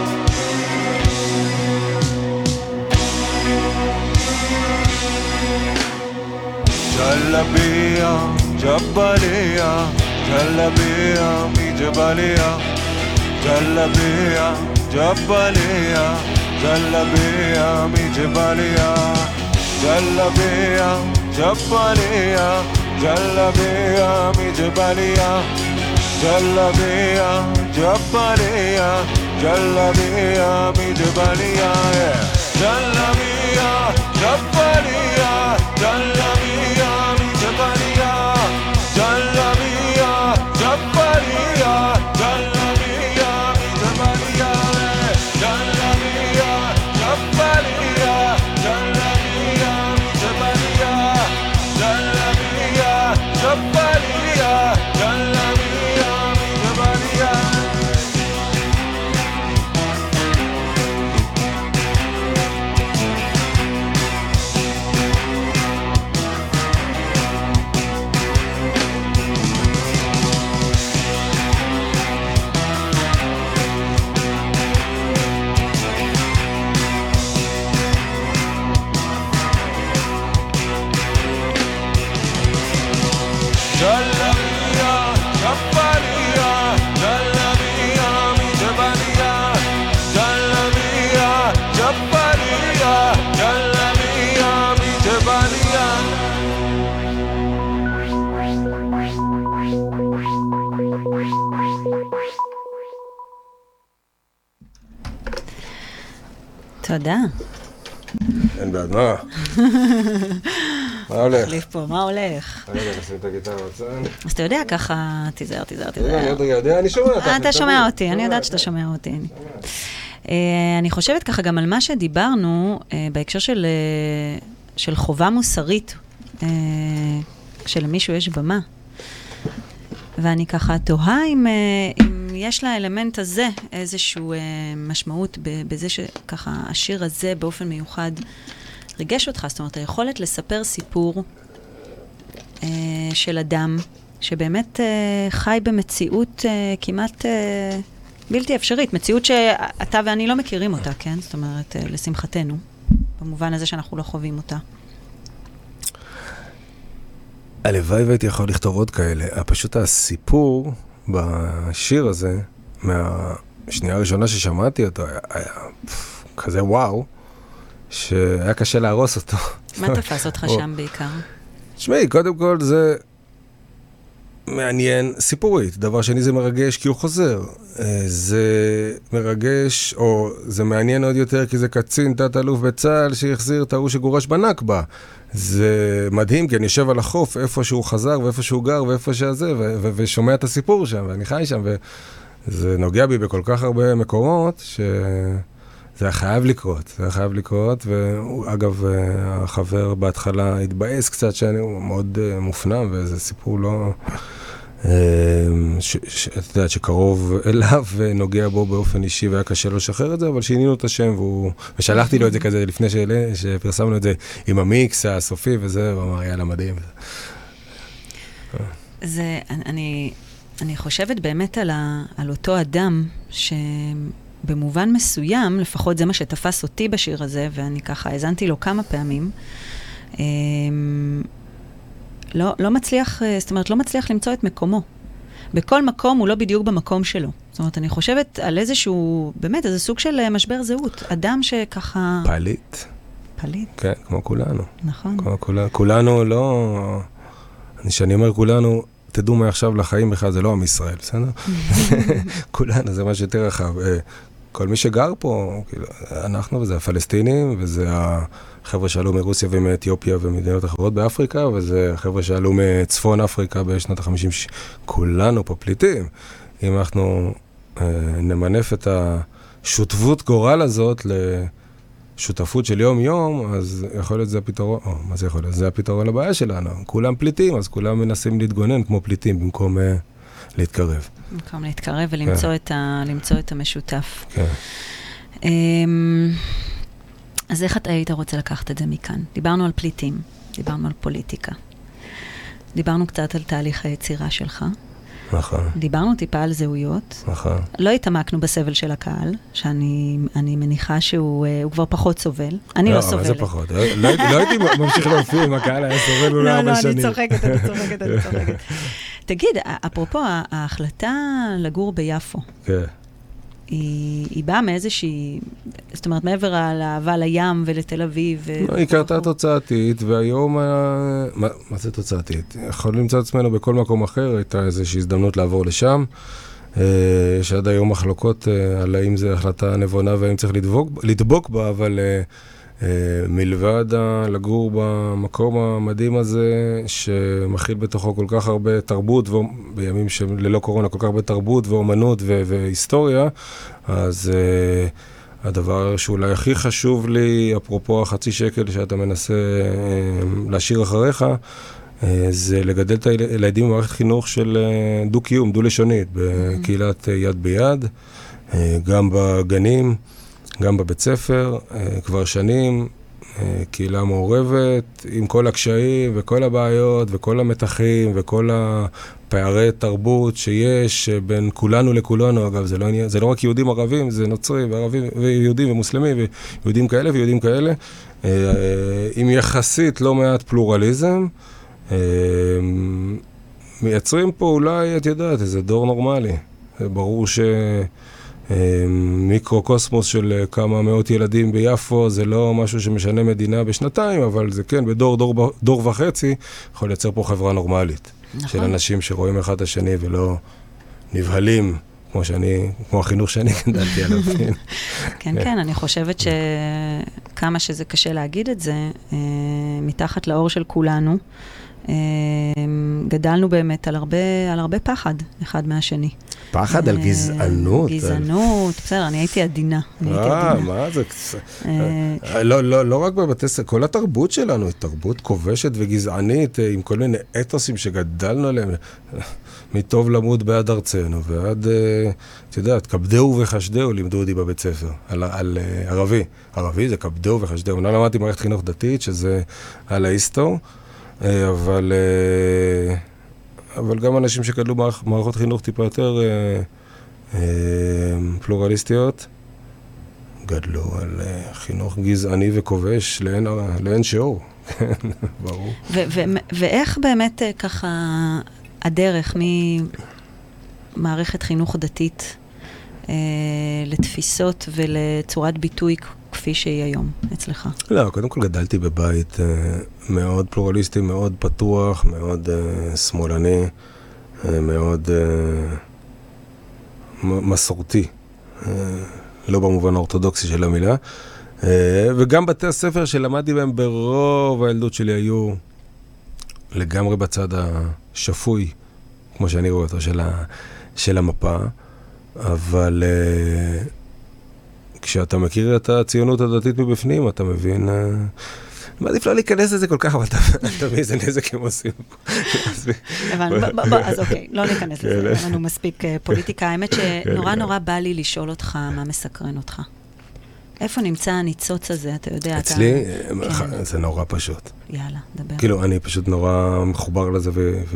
[SPEAKER 7] ג'לביה, ג'בליה, ג'לביה מג'בליה, ג'לביה, ג'בליה, ג'לביה מג'בליה, ג'לביה, ג'בליה, ג'לביה מג'בליה, ג'לביה, ג'בליה, ג'לביה מג'בליה, ג'לביה, ג'בליה, ג'לביה מג'בליה, ג'לביה, ג'בליה, ג'לביה מג'בליה, ג'לביה, ג'בליה, ג'לביה מג'בליה, ג'לביה, ג'בליה, ג'לביה מג'בליה. ג'לביה, ג'פליה, ג'לביה, מג'בליה, ג'לביה, ג'פליה, ג'לביה, מג'בליה.
[SPEAKER 3] תודה.
[SPEAKER 4] אין בעד, מה? מה הולך?
[SPEAKER 3] תחליף פה, מה הולך?
[SPEAKER 4] רגע, נשים את הגיטרה בצד.
[SPEAKER 3] אז אתה יודע, ככה, תיזהר.
[SPEAKER 4] אני יודע, אני שומע.
[SPEAKER 3] אתה שומע אותי, אני יודעת שאתה שומע אותי. אני חושבת ככה גם על מה שדיברנו, בהקשר של חובה מוסרית, כשלמישהו יש במה. ואני ככה תוהה אם יש לאלמנט הזה איזשהו משמעות בזה שככה השיר הזה באופן מיוחד ריגש אותך. זאת אומרת, היכולת לספר סיפור של אדם שבאמת חי במציאות כמעט בלתי אפשרית. מציאות שאתה ואני לא מכירים אותה, כן? זאת אומרת, לשמחתנו, במובן הזה שאנחנו לא חווים אותה.
[SPEAKER 4] הלוואי והייתי יכול לכתוב עוד כאלה. פשוט הסיפור בשיר הזה, מהשנייה הראשונה ששמעתי אותו, היה כזה וואו, שהיה קשה להרוס אותו.
[SPEAKER 3] מה תפס אותך שם בעיקר?
[SPEAKER 4] תשמעי, קודם כל זה מעניין סיפורית. דבר שני, זה מרגש כי הוא חוזר. זה מרגש, או זה מעניין עוד יותר כי זה קצין תת-אלוף בצה"ל שהחזיר את ההוא שגורש בנכבה. זה מדהים, כי אני יושב על החוף, איפה שהוא חזר, ואיפה שהוא גר, ואיפה שזה, ושומע את הסיפור שם, ואני חי שם, וזה נוגע בי בכל כך הרבה מקומות, שזה היה חייב לקרות, ואגב, החבר בהתחלה התבאס קצת, שהוא מאוד מופנם, וזה סיפור לא, את יודעת, שקרוב אליו, ונוגע בו באופן אישי, והיה קשה לו לשחרר את זה, אבל שינינו את השם, ושלחתי לו את זה כזה לפני שפרסמנו את זה עם המיקס הסופי, וזה, ואמר, יאללה, מדהים.
[SPEAKER 3] אני חושבת באמת על אותו אדם, שבמובן מסוים, לפחות זה מה שתפס אותי בשיר הזה, ואני ככה האזנתי לו כמה פעמים, לא מצליח, זאת אומרת, לא מצליח למצוא את מקומו. בכל מקום הוא לא בדיוק במקום שלו. זאת אומרת, אני חושבת על איזשהו, באמת, איזה סוג של משבר זהות. אדם שככה...
[SPEAKER 4] פליט. כן, כמו כולנו.
[SPEAKER 3] נכון.
[SPEAKER 4] כולנו לא... שאני אומר כולנו, תדעו מעכשיו לחיים בכלל, זה לא עם ישראל, בסדר? כולנו, זה משהו יותר רחב. כל מי שגר פה, אנחנו, וזה הפלסטינים, וזה החבר'ה שעלו מרוסיה ומאתיופיה ומדינות אחרות באפריקה, וזה החבר'ה שעלו מצפון אפריקה בשנות ה-50, כולנו פה פליטים. אם אנחנו נמנף את השותפות גורל הזאת לשותפות של יום-יום, אז יכול להיות זה הפתרון, מה זה יכול להיות? זה הפתרון לבעיה שלנו. כולם פליטים, אז כולם מנסים להתגונן כמו פליטים במקום להתקרב.
[SPEAKER 3] במקום להתקרב ולמצוא את המשותף.
[SPEAKER 4] כן.
[SPEAKER 3] אז איך אתה היית רוצה לקחת את זה מכאן? דיברנו על פליטים, דיברנו על פוליטיקה, דיברנו קצת על תהליך היצירה שלך.
[SPEAKER 4] נכון.
[SPEAKER 3] דיברנו טיפה על זהויות.
[SPEAKER 4] נכון.
[SPEAKER 3] לא התעמקנו בסבל של הקהל, שאני מניחה שהוא כבר פחות סובל. אני לא סובלת.
[SPEAKER 4] מה זה פחות? לא הייתי ממשיך להופיע אם הקהל היה סובל אולי הרבה שנים.
[SPEAKER 3] אני צוחקת. תגיד, אפרופו, ההחלטה לגור ביפו.
[SPEAKER 4] כן.
[SPEAKER 3] היא באה מאיזושהי, זאת אומרת, מעבר על האהבה לים ולתל אביב.
[SPEAKER 4] היא קרתה תוצאתית, והיום, מה זה תוצאתית? יכולים למצוא עצמנו בכל מקום אחר, הייתה איזושהי הזדמנות לעבור לשם. יש עד היום מחלוקות על האם זו החלטה נבונה והאם צריך לדבוק בה, אבל מלבד לגור במקום המדהים הזה, שמכיל בתוכו כל כך הרבה תרבות, בימים שללא קורונה כל כך הרבה תרבות ואומנות והיסטוריה, אז הדבר שאולי הכי חשוב לי, אפרופו החצי שקל שאתה מנסה להשאיר אחריך, זה לגדל את הילדים במערכת חינוך של דו-קיום, דו-לשונית, בקהילת יד ביד, גם בגנים, גם בבית ספר, כבר שנים, קהילה מעורבת, עם כל הקשיים וכל הבעיות וכל המתחים וכל הפערי תרבות שיש בין כולנו לכולנו. אגב, זה לא רק יהודים ערבים, זה נוצרים וערבים ויהודים ומוסלמים ויהודים כאלה ויהודים כאלה, עם יחסית לא מעט פלורליזם, מייצרים פה אולי, את יודעת, איזה דור נורמלי. ברור מיקרו-קוסמוס של כמה מאות ילדים ביפו, זה לא משהו שמשנה מדינה בשנתיים, אבל זה כן, דור וחצי, יכול לייצר פה חברה נורמלית. נכון. של אנשים שרואים אחד את השני ולא נבהלים, כמו החינוך שאני גדלתי עליו.
[SPEAKER 3] כן, כן, אני חושבת שכמה שזה קשה להגיד את זה, מתחת לאור של כולנו, גדלנו באמת על הרבה פחד, אחד מהשני.
[SPEAKER 4] פחד על גזענות.
[SPEAKER 3] גזענות, בסדר, אני הייתי עדינה.
[SPEAKER 4] מה זה? לא רק בבתי ספר, כל התרבות שלנו היא תרבות כובשת וגזענית, עם כל מיני אתוסים שגדלנו עליהם, מטוב למות בעד ארצנו, ועד, את יודעת, כבדהו וחשדהו לימדו אותי בבית ספר, על ערבי. ערבי זה כבדהו וחשדהו. אני למדתי מערכת חינוך דתית, שזה על ההיסטור, אבל גם אנשים שגדלו מערכות חינוך טיפה יותר פלורליסטיות, גדלו על חינוך גזעני וכובש לאין שיעור, ברור.
[SPEAKER 3] ואיך באמת ככה הדרך ממערכת חינוך דתית לתפיסות ולצורת ביטוי כפי שהיא היום אצלך?
[SPEAKER 4] לא, קודם כל גדלתי בבית מאוד פלורליסטי, מאוד פתוח, מאוד שמאלני, מאוד מסורתי, לא במובן האורתודוקסי של המילה. וגם בתי הספר שלמדתי בהם ברוב הילדות שלי היו לגמרי בצד השפוי, כמו שאני רואה אותו, של המפה. אבל כשאתה מכיר את הציונות הדתית מבפנים, אתה מבין, מעדיף לא להיכנס לזה כל כך, אבל אתה מבין איזה נזק הם עושים.
[SPEAKER 3] אז אוקיי, לא ניכנס לזה, אין לנו מספיק פוליטיקה. האמת שנורא נורא בא לי לשאול אותך מה מסקרן אותך. איפה נמצא הניצוץ הזה, אתה יודע?
[SPEAKER 4] אצלי זה נורא פשוט.
[SPEAKER 3] יאללה, דבר.
[SPEAKER 4] כאילו, אני פשוט נורא מחובר לזה,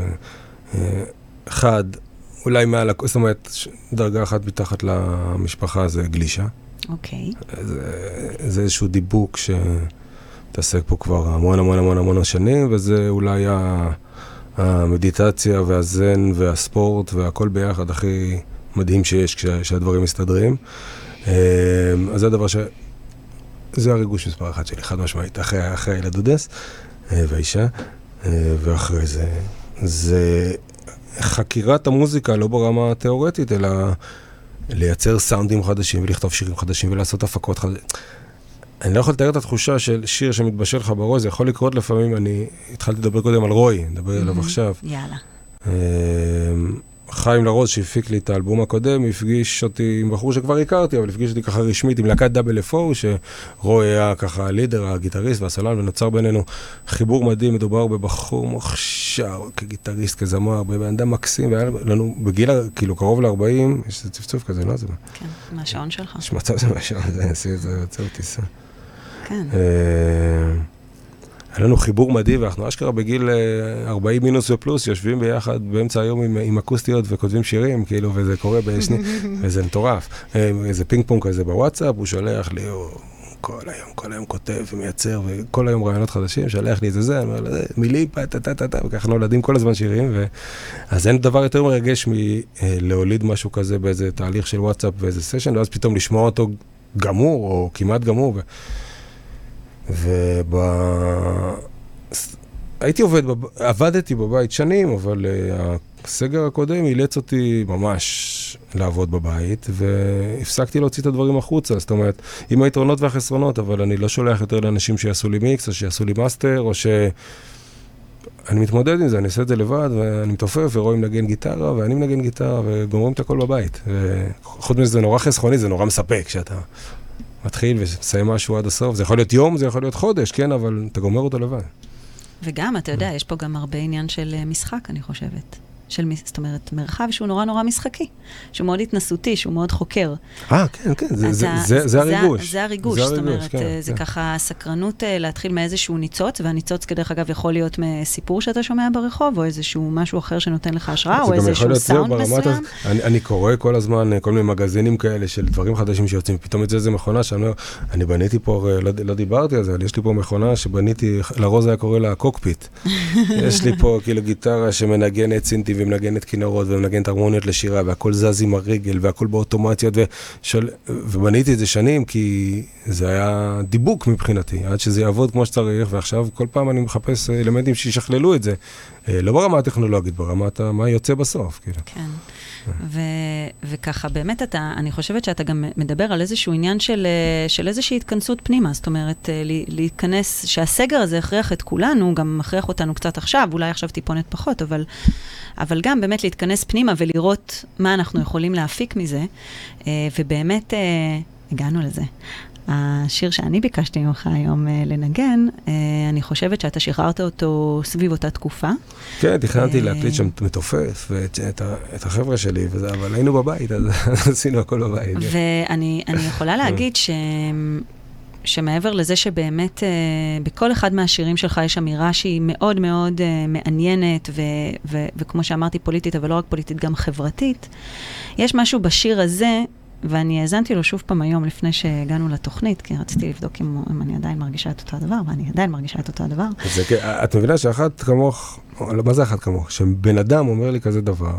[SPEAKER 4] אחד, אולי מעל, זאת אומרת, דרגה אחת מתחת למשפחה זה גלישה.
[SPEAKER 3] אוקיי.
[SPEAKER 4] זה איזשהו דיבוק שתעסק פה כבר המון שנים, וזה אולי המדיטציה והזן והספורט והכל ביחד הכי מדהים שיש כשהדברים מסתדרים. אז זה הדבר זה הריגוש מספר אחת שלי, חד משמעית, אחרי הילדודס והאישה, ואחרי זה חקירת המוזיקה, לא ברמה התיאורטית, אלא לייצר סאונדים חדשים ולכתוב שירים חדשים ולעשות הפקות חדשות. אני לא יכול לתאר את התחושה של שיר שמתבשל לך בראש, זה יכול לקרות לפעמים, אני התחלתי לדבר קודם על רוי, נדבר עליו עכשיו.
[SPEAKER 3] יאללה.
[SPEAKER 4] חיים לרוז שהפיק לי את האלבום הקודם, הפגיש אותי עם בחור שכבר הכרתי, אבל הפגיש אותי ככה רשמית עם להקת WFO, שרוי היה ככה הלידר, הגיטריסט והסולן, ונוצר בינינו חיבור מדהים, מדובר בבחור מוכשר, כגיטריסט, כזמר, בבן אדם מקסים, והיה לנו בגיל כאילו קרוב ל-40, יש איזה צפצוף כזה, לא?
[SPEAKER 3] כן, מהשעון שלך.
[SPEAKER 4] יש מצב זה מהשעון, זה יוצא אותי.
[SPEAKER 3] כן.
[SPEAKER 4] היה לנו חיבור מדהים, ואנחנו אשכרה בגיל 40 מינוס ופלוס, יושבים ביחד באמצע היום עם אקוסטיות וכותבים שירים, כאילו, וזה קורה בשני, וזה מטורף. איזה פינג פונג כזה בוואטסאפ, הוא שולח לי, כל היום כותב ומייצר, וכל היום רעיונות חדשים, שולח לי זה, אני אומר, מילים, וככה נולדים כל הזמן שירים, אז אין דבר יותר מרגש מלהוליד משהו כזה באיזה תהליך של וואטסאפ ואיזה סשן, ואז פתאום לשמוע אותו גמור, או כמעט גמור, עבדתי בבית שנים, אבל הסגר הקודם אילץ אותי ממש לעבוד בבית, והפסקתי להוציא את הדברים החוצה, זאת אומרת, עם היתרונות והחסרונות, אבל אני לא שולח יותר לאנשים שיעשו לי מיקס, או שיעשו לי מאסטר, או אני מתמודד עם זה, אני עושה את זה לבד, ואני מתופף, ורואים נגן גיטרה, ואני מנגן גיטרה, וגומרים את הכל בבית. וחוץ מזה, זה נורא חסכוני, זה נורא מספק, שאתה מתחיל ומסיים משהו עד הסוף. זה יכול להיות יום, זה יכול להיות חודש, כן, אבל אתה גומר אותו לבד.
[SPEAKER 3] וגם, אתה יודע, יש פה גם הרבה עניין של משחק, אני חושבת. זאת אומרת, מרחב שהוא נורא נורא משחקי, שהוא מאוד התנסותי, שהוא מאוד חוקר.
[SPEAKER 4] כן, זה הריגוש.
[SPEAKER 3] זה הריגוש, זאת אומרת, זה ככה סקרנות להתחיל מאיזשהו ניצוץ, והניצוץ כדרך אגב יכול להיות מסיפור שאתה שומע ברחוב, או איזשהו משהו אחר שנותן לך השראה, או איזשהו סאונד מסוים.
[SPEAKER 4] אני קורא כל הזמן כל מיני מגזינים כאלה של דברים חדשים שיוצאים, פתאום את זה איזה מכונה שאני אומר, אני בניתי פה, לא דיברתי על זה, אבל יש לי פה מכונה שבניתי, לרוז היה קורא לה קוקפיט. יש לי פה כאילו גיטרה שמנגנת סינטי איתי ומנגנת כינורות ומנגנת הרמוניות לשירה, והכל זז עם הרגל, והכל באוטומציות, ובניתי את זה שנים, כי זה היה דיבוק מבחינתי, עד שזה יעבוד כמו שצריך, ועכשיו כל פעם אני מחפש אלמנטים שישכללו את זה. לא ברמה הטכנולוגית, ברמת מה יוצא בסוף. כאילו.
[SPEAKER 3] כן. וככה, באמת אני חושבת שאתה גם מדבר על איזשהו עניין של איזושהי התכנסות פנימה, זאת אומרת, להיכנס, שהסגר הזה הכריח את כולנו, גם מכריח אותנו קצת עכשיו, אולי עכשיו טיפונת פחות, אבל גם באמת להתכנס פנימה ולראות מה אנחנו יכולים להפיק מזה, ובאמת הגענו לזה. השיר שאני ביקשתי ממך היום לנגן, אני חושבת שאתה שחררת אותו סביב אותה תקופה. כן,
[SPEAKER 4] תכננתי להקליט שם מתופף, ואת החבר'ה שלי, אבל היינו בבית, אז עשינו הכל בבית.
[SPEAKER 3] ואני יכולה להגיד שמעבר לזה שבאמת בכל אחד מהשירים שלך יש אמירה שהיא מאוד מאוד מעניינת, וכמו שאמרתי פוליטית, אבל לא רק פוליטית, גם חברתית, יש משהו בשיר הזה, ואני האזנתי לו שוב פעם היום לפני שהגענו לתוכנית, כי רציתי לבדוק אם אני עדיין מרגישה את אותו הדבר, ואני עדיין מרגישה את אותו הדבר.
[SPEAKER 4] את מבינה שאחת כמוך, מה זה אחת כמוך? שבן אדם אומר לי כזה דבר,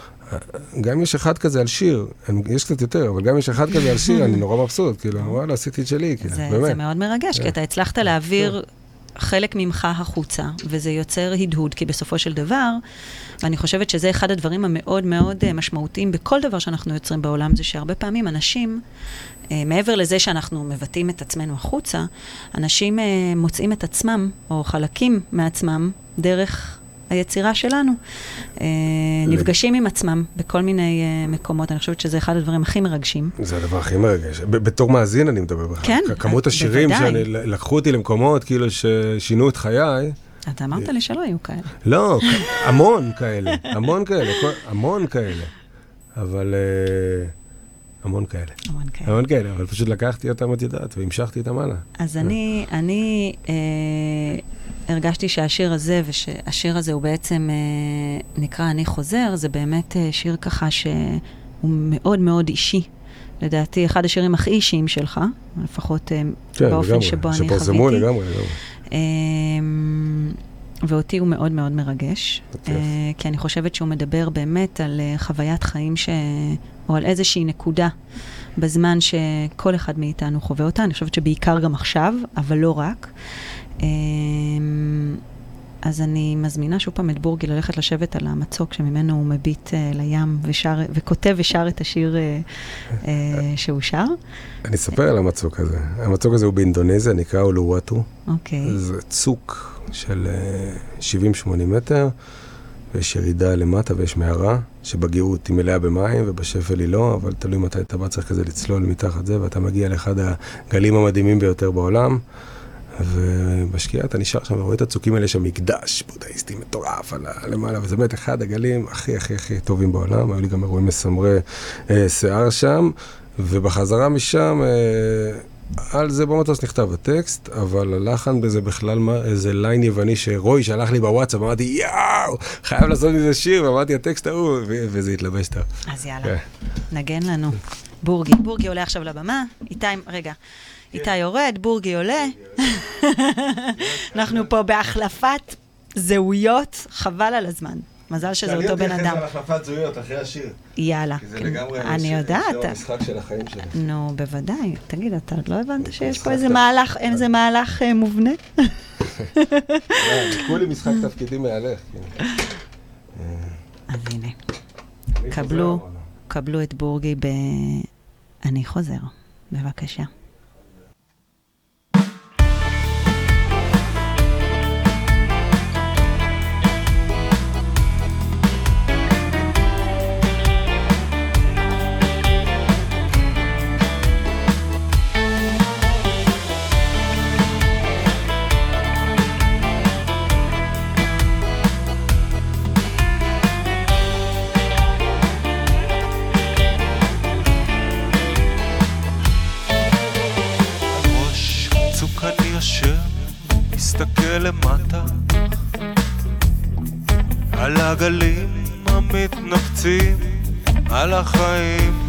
[SPEAKER 4] גם יש אחד כזה על שיר, יש קצת יותר, אבל גם יש אחד כזה על שיר, אני נורא מבסוט, כאילו, וואלה, עשיתי את שלי, כאילו, באמת.
[SPEAKER 3] זה מאוד מרגש, כי אתה הצלחת להעביר חלק ממך החוצה, וזה יוצר הדהוד, כי בסופו של דבר, ואני חושבת שזה אחד הדברים המאוד מאוד משמעותיים בכל דבר שאנחנו יוצרים בעולם, זה שהרבה פעמים אנשים, מעבר לזה שאנחנו מבטאים את עצמנו החוצה, אנשים מוצאים את עצמם, או חלקים מעצמם, דרך היצירה שלנו. נפגשים עם עצמם בכל מיני מקומות. אני חושבת שזה אחד הדברים הכי מרגשים.
[SPEAKER 4] זה הדבר הכי מרגש. בתור מאזין אני מדבר בכלל.
[SPEAKER 3] כן,
[SPEAKER 4] כמות השירים שלקחו אותי למקומות, כאילו ששינו את חיי.
[SPEAKER 3] אתה אמרת לי שלא היו כאלה.
[SPEAKER 4] לא, המון כאלה. המון כאלה. אבל... המון כאלה, אבל פשוט לקחתי אותם, את יודעת, והמשכתי את המעלה.
[SPEAKER 3] אז אני הרגשתי שהשיר הזה, ושהשיר הזה הוא בעצם נקרא אני חוזר, זה באמת שיר ככה שהוא מאוד מאוד אישי. לדעתי, אחד השירים הכי אישיים שלך, לפחות באופן שבו אני חוויתי.
[SPEAKER 4] שפרסמו לגמרי.
[SPEAKER 3] ואותי הוא מאוד מאוד מרגש, כי אני חושבת שהוא מדבר באמת על חוויית חיים או על איזושהי נקודה בזמן שכל אחד מאיתנו חווה אותה. אני חושבת שבעיקר גם עכשיו, אבל לא רק. אז אני מזמינה שוב פעם את בורגי ללכת לשבת על המצוק שממנו הוא מביט לים וכותב ושר את השיר שהוא שר.
[SPEAKER 4] אני אספר על המצוק הזה. המצוק הזה הוא באינדונזיה, נקרא אולוואטו.
[SPEAKER 3] אוקיי.
[SPEAKER 4] זה צוק של 70-80 מטר, ויש ירידה למטה ויש מערה, שבגאות היא מלאה במים ובשפל היא לא, אבל תלוי מתי אתה בא צריך כזה לצלול מתחת זה, ואתה מגיע לאחד הגלים המדהימים ביותר בעולם, ובשקיעה אתה נשאר שם ורואה את הצוקים האלה שם מקדש בודהיסטי מטורף למעלה, וזה באמת אחד הגלים הכי הכי הכי טובים בעולם. היו לי גם אירועים מסמרי שיער שם, ובחזרה משם על זה במטוס נכתב הטקסט, אבל הלחן בזה בכלל איזה ליין יווני שרוי שלח לי בוואטסאפ, אמרתי יאו, חייב לעשות מזה שיר, ואמרתי הטקסט ההוא, וזה התלבש טוב.
[SPEAKER 3] אז יאללה, נגן לנו. בורגי עולה עכשיו לבמה, איתי יורד, בורגי עולה. אנחנו פה בהחלפת זהויות, חבל על הזמן. מזל שזה אותו בן אדם.
[SPEAKER 4] אני עוד על החלפת זהויות אחרי השיר.
[SPEAKER 3] יאללה.
[SPEAKER 4] כי זה לגמרי המשחק של החיים שלי.
[SPEAKER 3] נו, בוודאי. תגיד, אתה לא הבנת שיש פה איזה מהלך מובנה?
[SPEAKER 4] כולי משחק תפקידים מהלך.
[SPEAKER 3] אז הנה. קבלו את בורגי אני חוזר. בבקשה.
[SPEAKER 7] מסתכל למטה על הגלים המתנפצים על החיים,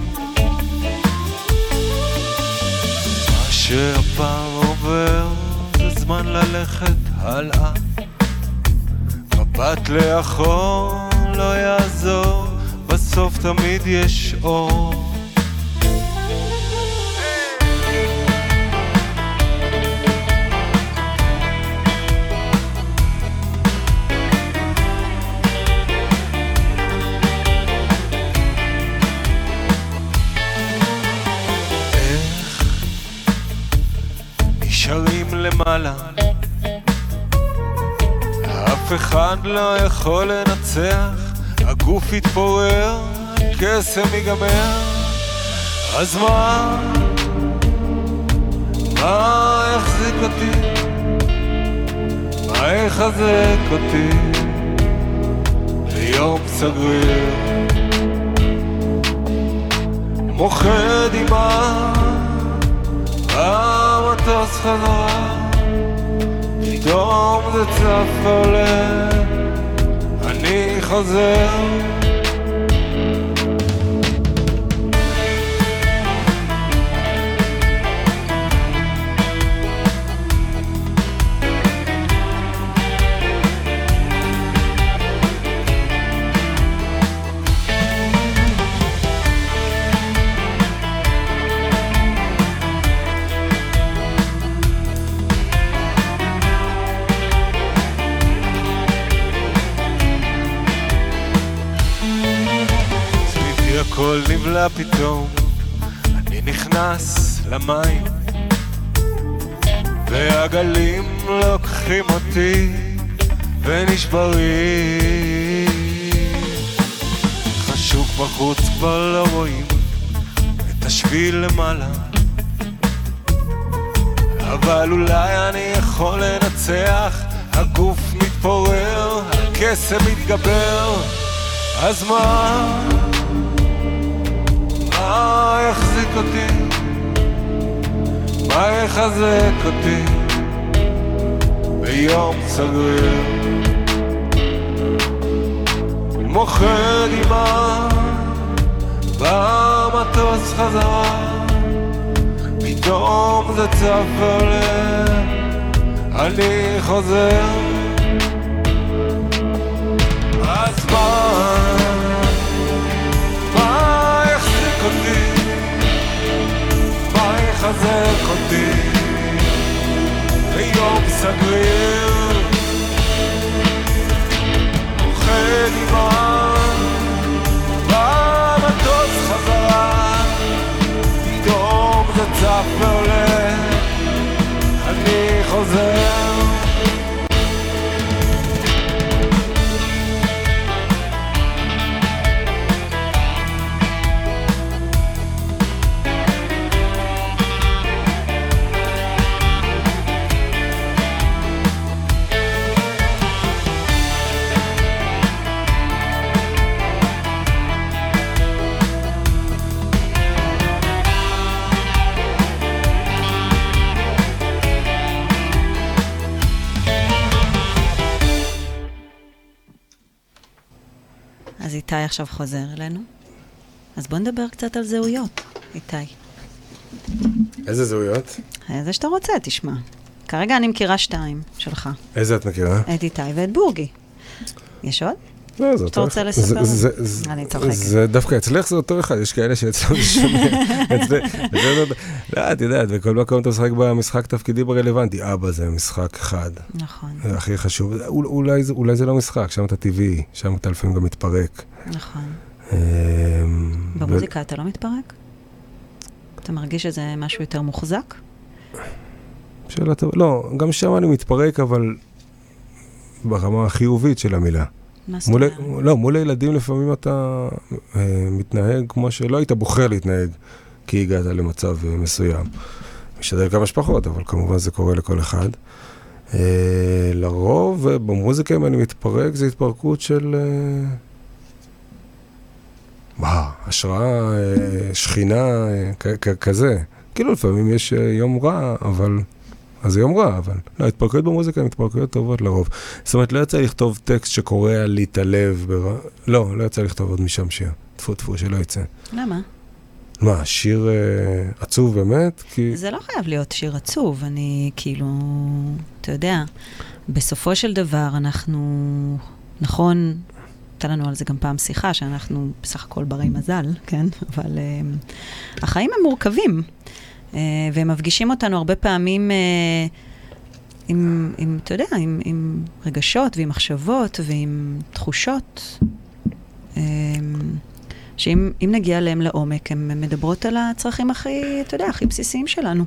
[SPEAKER 7] מה שהפעם עובר זה זמן ללכת הלאה, מבט לאחור לא יעזור, בסוף תמיד יש אור. נשארים למעלה, אף אחד לא יכול לנצח, הגוף יתפורר, הקסם ייגמר. אז מה יחזיק אותי? מה יחזק אותי ליום סגריר? מוחד דמעה במטוס חזרה, פתאום זה צף עולה, אני חוזר. הכל נבלע פתאום, אני נכנס למים והגלים לוקחים אותי ונשברים. חשוך בחוץ כבר לא רואים את השביל למעלה, אבל אולי אני יכול לנצח, הגוף מתפורר, הקסם מתגבר. אז מה יחזיק אותי? מה יחזק אותי ביום סגריר? מוחד דמעה במטוס חזרה, פתאום זה צף עולה, אני חוזר. אז מה יחזיק אותי? מה יחזק אותי ביום סגריר? מוחד דמעה במטוס חזרה, פתאום זה צף ועולה, אני חוזר.
[SPEAKER 3] אז איתי עכשיו חוזר אלינו. אז בוא נדבר קצת על זהויות, איתי.
[SPEAKER 4] איזה זהויות?
[SPEAKER 3] איזה שאתה רוצה, תשמע. כרגע אני מכירה 2 שלך.
[SPEAKER 4] איזה את מכירה?
[SPEAKER 3] את איתי ואת בורגי. יש עוד?
[SPEAKER 4] לא, זה אותו אחד.
[SPEAKER 3] אתה רוצה לספר? אני צוחקת.
[SPEAKER 4] זה דווקא אצלך זה אותו אחד, יש כאלה שאצלנו זה שונה. לא, את יודעת, בכל מקום אתה משחק במשחק תפקידי ברלוונטי. אבא זה משחק אחד.
[SPEAKER 3] נכון.
[SPEAKER 4] זה הכי חשוב. אולי זה לא משחק, שם אתה טבעי, שם אתה לפעמים גם מתפרק.
[SPEAKER 3] נכון. במוזיקה אתה לא מתפרק? אתה מרגיש שזה משהו יותר מוחזק?
[SPEAKER 4] שאלה טובה. לא, גם שם אני מתפרק, אבל ברמה החיובית של המילה. לא, מול הילדים לפעמים אתה מתנהג כמו שלא היית בוחר להתנהג, כי הגעת למצב מסוים. משתדל כמה שפחות, אבל כמובן זה קורה לכל אחד. לרוב, במוזיקה אם אני מתפרק, זה התפרקות של השראה, שכינה, כזה. כאילו לפעמים יש יום רע, אבל אז זה יום רע, אבל לא, התפרקויות במוזיקה הן התפרקויות טובות לרוב. זאת אומרת, לא יצא לכתוב טקסט שקורא לי את הלב, לא יצא לכתוב עוד משם שיר. טפו, שלא יצא.
[SPEAKER 3] למה?
[SPEAKER 4] מה, שיר עצוב באמת?
[SPEAKER 3] זה לא חייב להיות שיר עצוב, אני כאילו, אתה יודע, בסופו של דבר אנחנו, נכון, הייתה לנו על זה גם פעם שיחה, שאנחנו בסך הכל ברי מזל, כן? אבל החיים הם מורכבים, והם מפגישים אותנו הרבה פעמים עם, אתה יודע, עם רגשות ועם מחשבות ועם תחושות, שאם נגיע להם לעומק, הן מדברות על הצרכים הכי, אתה יודע, הכי בסיסיים שלנו.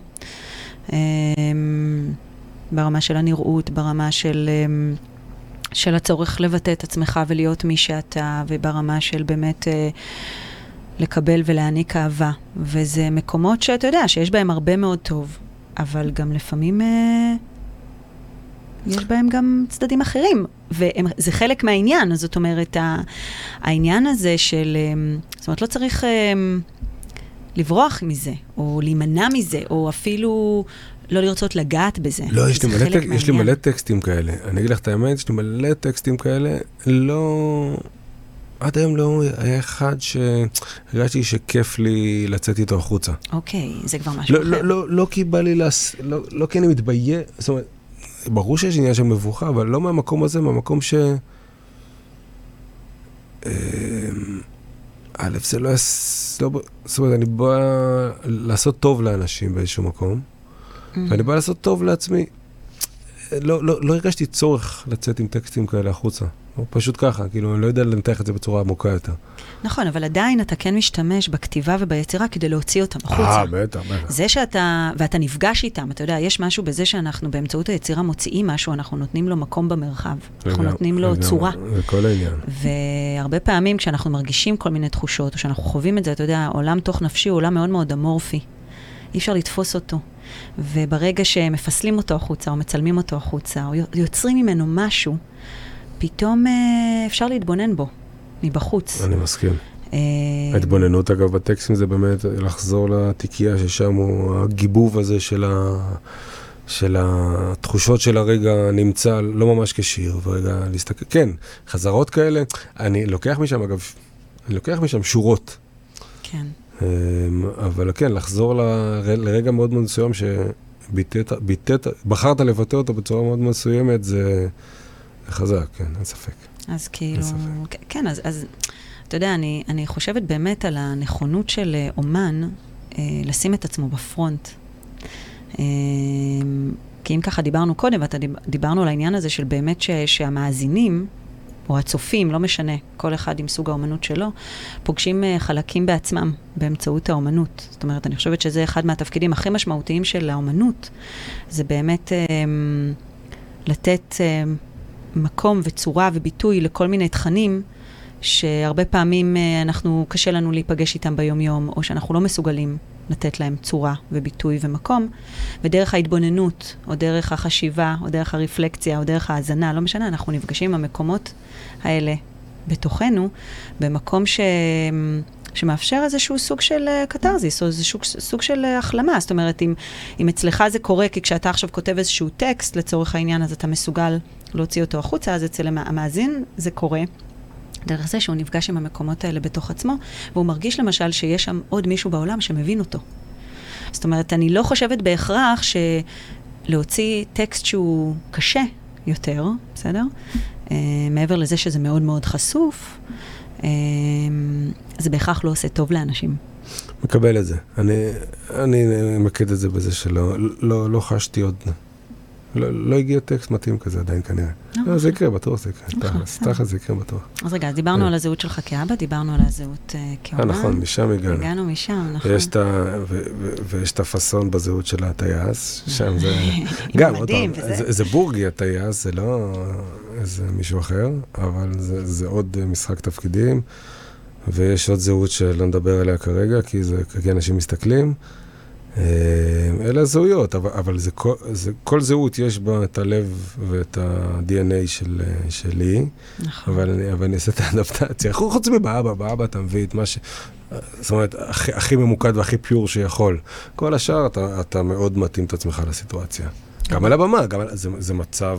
[SPEAKER 3] ברמה של הנראות, ברמה של הצורך לבטא את עצמך ולהיות מי שאתה, וברמה של באמת לקבל ולהעניק אהבה. וזה מקומות שאתה יודע, שיש בהם הרבה מאוד טוב, אבל גם לפעמים יש בהם גם צדדים אחרים, וזה חלק מהעניין. זאת אומרת, העניין הזה של, זאת אומרת, לא צריך לברוח מזה, או להימנע מזה, או אפילו לא לרצות לגעת בזה.
[SPEAKER 4] לא, יש לי מלא טקסטים כאלה. אני אגיד לך את האמת, יש לי מלא טקסטים כאלה. לא, עד היום לא היה אחד שהרגשתי שכיף לי לצאת איתו החוצה.
[SPEAKER 3] אוקיי, זה כבר משהו אחר.
[SPEAKER 4] לא כי בא לי, לא כי אני מתבייש, זאת אומרת, ברור שיש עניין של מבוכה, אבל לא מהמקום הזה, מהמקום ש... א', זה לא... זאת אומרת, אני בא לעשות טוב לאנשים באיזשהו מקום, ואני בא לעשות טוב לעצמי. לא הרגשתי צורך לצאת עם טקסטים כאלה החוצה. פשוט ככה, כאילו, אני לא יודע לנתח את זה בצורה עמוקה יותר.
[SPEAKER 3] נכון, אבל עדיין אתה כן משתמש בכתיבה וביצירה כדי להוציא אותם החוצה.
[SPEAKER 4] בטח.
[SPEAKER 3] זה ואתה נפגש איתם, אתה יודע, יש משהו בזה שאנחנו באמצעות היצירה מוציאים משהו, אנחנו נותנים לו מקום במרחב, אנחנו נותנים לו צורה.
[SPEAKER 4] זה כל העניין.
[SPEAKER 3] והרבה פעמים כשאנחנו מרגישים כל מיני תחושות, או שאנחנו חווים את זה, אתה יודע, עולם תוך נפשי הוא עולם מאוד מאוד אמורפי. אי אפשר לתפוס אותו. וברגע שמפסלים אותו החוצה, או מצלמים אותו החוצה, או יוצרים ממנו משהו, פתאום אפשר להתבונן בו, מבחוץ.
[SPEAKER 4] אני מסכים. ההתבוננות, אגב, בטקסטים זה באמת לחזור לתיקייה ששם הוא הגיבוב הזה של התחושות של הרגע נמצא לא ממש כשיר, ורגע להסתכל. כן, חזרות כאלה, אני לוקח משם שורות.
[SPEAKER 3] כן.
[SPEAKER 4] אבל כן, לחזור לרגע מאוד מאוד מסוים בחרת לבטא אותו בצורה מאוד מסוימת, זה חזק, כן, אין ספק.
[SPEAKER 3] אז כאילו, כן, אז אתה יודע, אני חושבת באמת על הנכונות של אומן לשים את עצמו בפרונט. כי אם ככה דיברנו קודם, דיברנו על העניין הזה של באמת שהמאזינים, או הצופים, לא משנה, כל אחד עם סוג האומנות שלו, פוגשים חלקים בעצמם באמצעות האומנות. זאת אומרת, אני חושבת שזה אחד מהתפקידים הכי משמעותיים של האומנות, זה באמת לתת מקום וצורה וביטוי לכל מיני תכנים, שהרבה פעמים קשה לנו להיפגש איתם ביום-יום, או שאנחנו לא מסוגלים לתת להם צורה וביטוי ומקום, ודרך ההתבוננות, או דרך החשיבה, או דרך הרפלקציה, או דרך ההאזנה, לא משנה, אנחנו נפגשים עם המקומות האלה בתוכנו, במקום שמאפשר איזשהו סוג של קטרזיס, או איזשהו סוג של החלמה. זאת אומרת, אם אצלך זה קורה, כי כשאתה עכשיו כותב איזשהו טקסט לצורך העניין, אז אתה מסוגל להוציא אותו החוצה, אז אצל המאזין זה קורה. דרך זה שהוא נפגש עם המקומות האלה בתוך עצמו, והוא מרגיש למשל שיש שם עוד מישהו בעולם שמבין אותו. זאת אומרת, אני לא חושבת בהכרח שלהוציא טקסט שהוא קשה יותר, בסדר? מעבר לזה שזה מאוד מאוד חשוף, זה בהכרח לא עושה טוב לאנשים.
[SPEAKER 4] מקבל את זה. אני מקד את זה בזה שלא לא חשתי עוד... לא הגיע טקסט מתאים כזה עדיין כנראה. זה יקרה, בטוח זה יקרה. תכף זה יקרה בטוח.
[SPEAKER 3] אז רגע, דיברנו על הזהות שלך כאבא, דיברנו על הזהות כאומן.
[SPEAKER 4] נכון, משם הגענו.
[SPEAKER 3] הגענו משם, נכון.
[SPEAKER 4] ויש את הפסון בזהות של הטייס, שם זה... גם, זה בורגי הטייס, זה לא איזה מישהו אחר, אבל זה עוד משחק תפקידים, ויש עוד זהות שלא נדבר עליה כרגע, כי אנשים מסתכלים. אלה הזהויות, אבל כל זהות יש בה את הלב ואת ה-DNA שלי, אבל אני אעשה את האדפטציה. חוץ באבא אתה מביא את מה זאת אומרת, הכי ממוקד והכי פיור שיכול. כל השאר אתה מאוד מתאים את עצמך לסיטואציה. גם על הבמה, זה מצב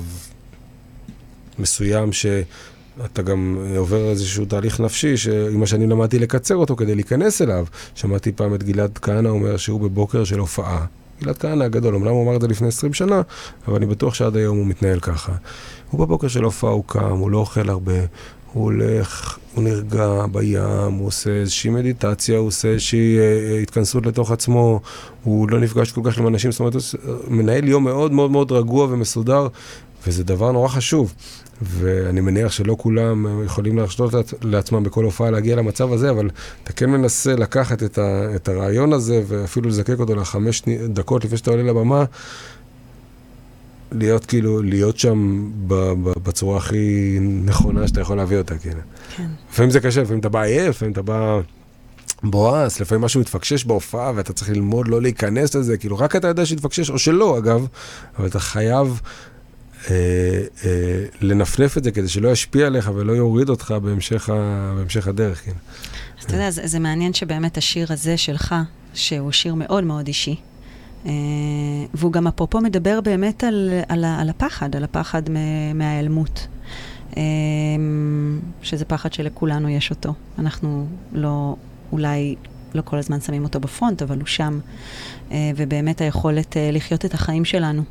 [SPEAKER 4] מסוים אתה גם עובר איזשהו תהליך נפשי, שעם השנים למדתי לקצר אותו כדי להיכנס אליו. שמעתי פעם את גלעד כהנא אומר שהוא בבוקר של הופעה. גלעד כהנא הגדול, אמנם הוא אמר את זה לפני 20 שנה, אבל אני בטוח שעד היום הוא מתנהל ככה. הוא בבוקר של הופעה, הוא קם, הוא לא אוכל הרבה, הוא הולך, הוא נרגע בים, הוא עושה איזושהי מדיטציה, הוא עושה איזושהי התכנסות לתוך עצמו, הוא לא נפגש כל כך עם אנשים, זאת אומרת, הוא מנהל יום מאוד מאוד מאוד רגוע ומסודר, וזה דבר נורא חשוב. ואני מניח שלא כולם יכולים להרשות לעצמם בכל הופעה להגיע למצב הזה, אבל אתה כן מנסה לקחת את הרעיון הזה, ואפילו לזקק אותו ל5 דקות לפני שאתה עולה לבמה, להיות שם בצורה הכי נכונה שאתה יכול להביא אותה, כן. לפעמים זה קשה, לפעמים אתה בא עייף, לפעמים אתה בא בועס, לפעמים משהו מתפקשש בהופעה, ואתה צריך ללמוד לא להיכנס לזה, כאילו רק אתה יודע שהתפקשש, או שלא, אגב, אבל אתה חייב לנפנף את זה, כדי שלא ישפיע עליך ולא יוריד אותך בהמשך הדרך, כן.
[SPEAKER 3] אז אתה יודע, זה מעניין שבאמת השיר הזה שלך, שהוא שיר מאוד מאוד אישי, והוא גם אפרופו מדבר באמת על הפחד מההיעלמות, שזה פחד שלכולנו יש אותו. אנחנו אולי לא כל הזמן שמים אותו בפרונט, אבל הוא שם, ובאמת היכולת לחיות את החיים שלנו,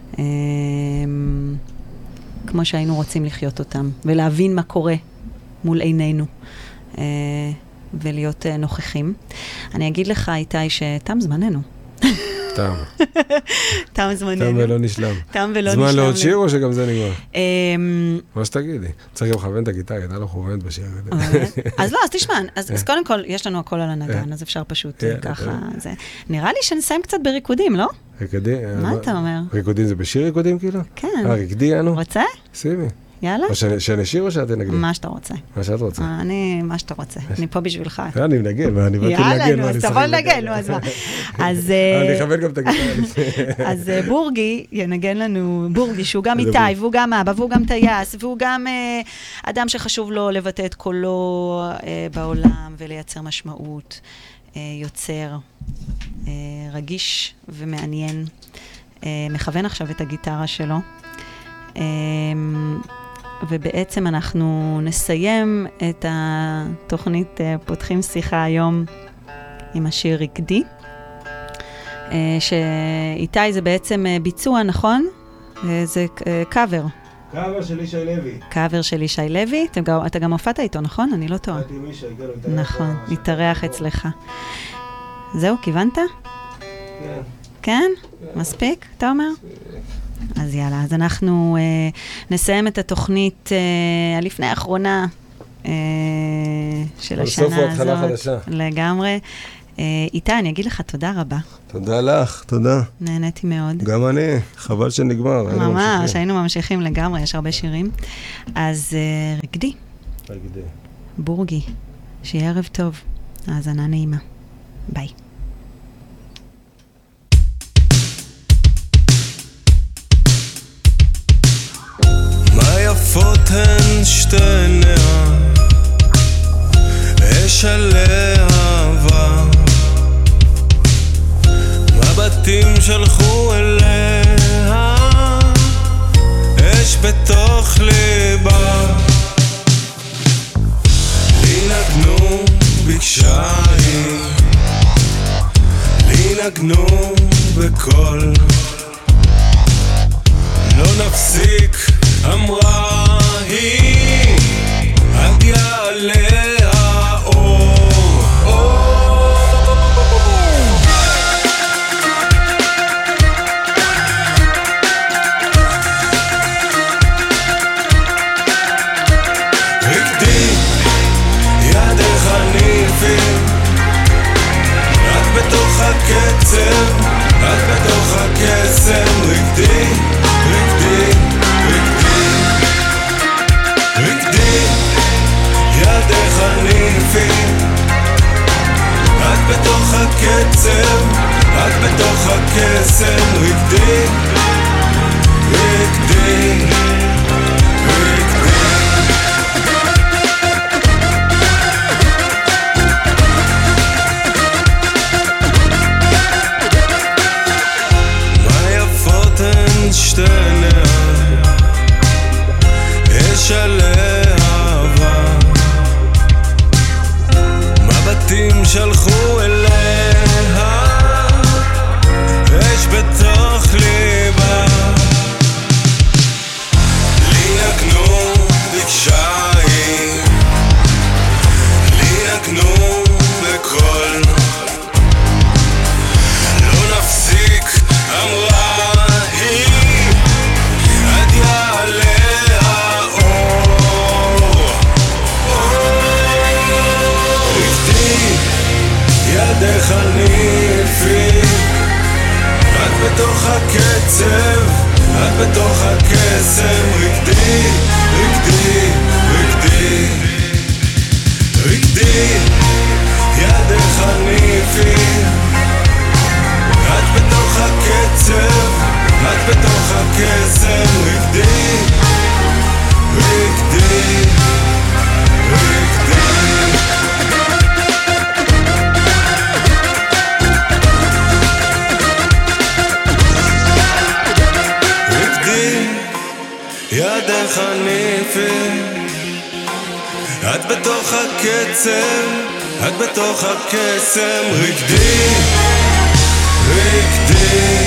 [SPEAKER 3] כמו שהיינו רוצים לחיות אותם, ולהבין מה קורה מול עינינו, ולהיות נוכחים. אני אגיד לך, איתי, שתם זמננו. תם זמננו.
[SPEAKER 4] תם ולא נשלם.
[SPEAKER 3] תם ולא נשלם.
[SPEAKER 4] זמן לעוד שיר או שגם זה נגמר? מה שתגידי. צריך גם לכוון את הגיטרה, הייתה לא כוונת בשיר.
[SPEAKER 3] אז לא, אז תשמע, אז קודם כל, יש לנו הכל על הנגן, אז אפשר פשוט ככה. נראה לי שנסיים קצת בריקודים, לא?
[SPEAKER 4] ריקודים?
[SPEAKER 3] מה אתה אומר?
[SPEAKER 4] ריקודים זה בשיר ריקודים כאילו?
[SPEAKER 3] כן.
[SPEAKER 4] ריקדי, אנו?
[SPEAKER 3] רוצה?
[SPEAKER 4] שימי.
[SPEAKER 3] יאללה?
[SPEAKER 4] או שנשיר או שאת נגדי?
[SPEAKER 3] מה שאתה רוצה.
[SPEAKER 4] מה שאת רוצה.
[SPEAKER 3] מה שאתה רוצה. אני פה בשבילך.
[SPEAKER 4] אני מנגן, ואני באתי לנגן.
[SPEAKER 3] יאללה, נו, אז תבוא לנגן, נו, אז מה.
[SPEAKER 4] אני אכוון גם את הגיטרה.
[SPEAKER 3] אז בורגי ינגן לנו, בורגי, שהוא גם איתי, והוא גם אבא, והוא גם טייס, והוא גם אדם שחשוב לו לבטא את קולו בעולם, ולייצר משמעות, יוצר, רגיש ומעניין. מכוון עכשיו את הגיטרה שלו. ובעצם אנחנו נסיים את התוכנית פותחים שיחה היום עם השיר ריקדי, שאיתי זה בעצם ביצוע, נכון? זה קאבר.
[SPEAKER 4] קאבר של ישי לוי.
[SPEAKER 3] קאבר של ישי לוי. אתה גם הופעת איתו, נכון? אני לא טועה. נכון, התארח אצלך. זהו, כיוונת?
[SPEAKER 4] כן.
[SPEAKER 3] כן? מספיק, אתה אומר? אז יאללה, אז אנחנו נסיים את התוכנית הלפני האחרונה של השנה הזאת.
[SPEAKER 4] חדשה.
[SPEAKER 3] לגמרי. איתי, אני אגיד לך תודה רבה.
[SPEAKER 4] תודה לך, תודה.
[SPEAKER 3] נהניתי מאוד.
[SPEAKER 4] גם אני, חבל שנגמר.
[SPEAKER 3] ממש, היינו ממשיכים לגמרי, יש הרבה שירים. אז ריקדי.
[SPEAKER 4] ריקדי.
[SPEAKER 3] בורגי, שיהיה ערב טוב. האזנה נעימה. ביי.
[SPEAKER 6] יפות הן שתי עיניה, אש עליה אהבה, מבטים שלחו אליה, אש בתוך ליבה, לי נגנו בקשיים, לי נגנו בקול, לא נפסיק אמרה היא, עד יעלה האור. ריקדי, ידך ניפים, רק בתוך הקצב, רק בתוך הקצב. את בתוך הקצם, את בתוך הקסם, רקדי, רקדי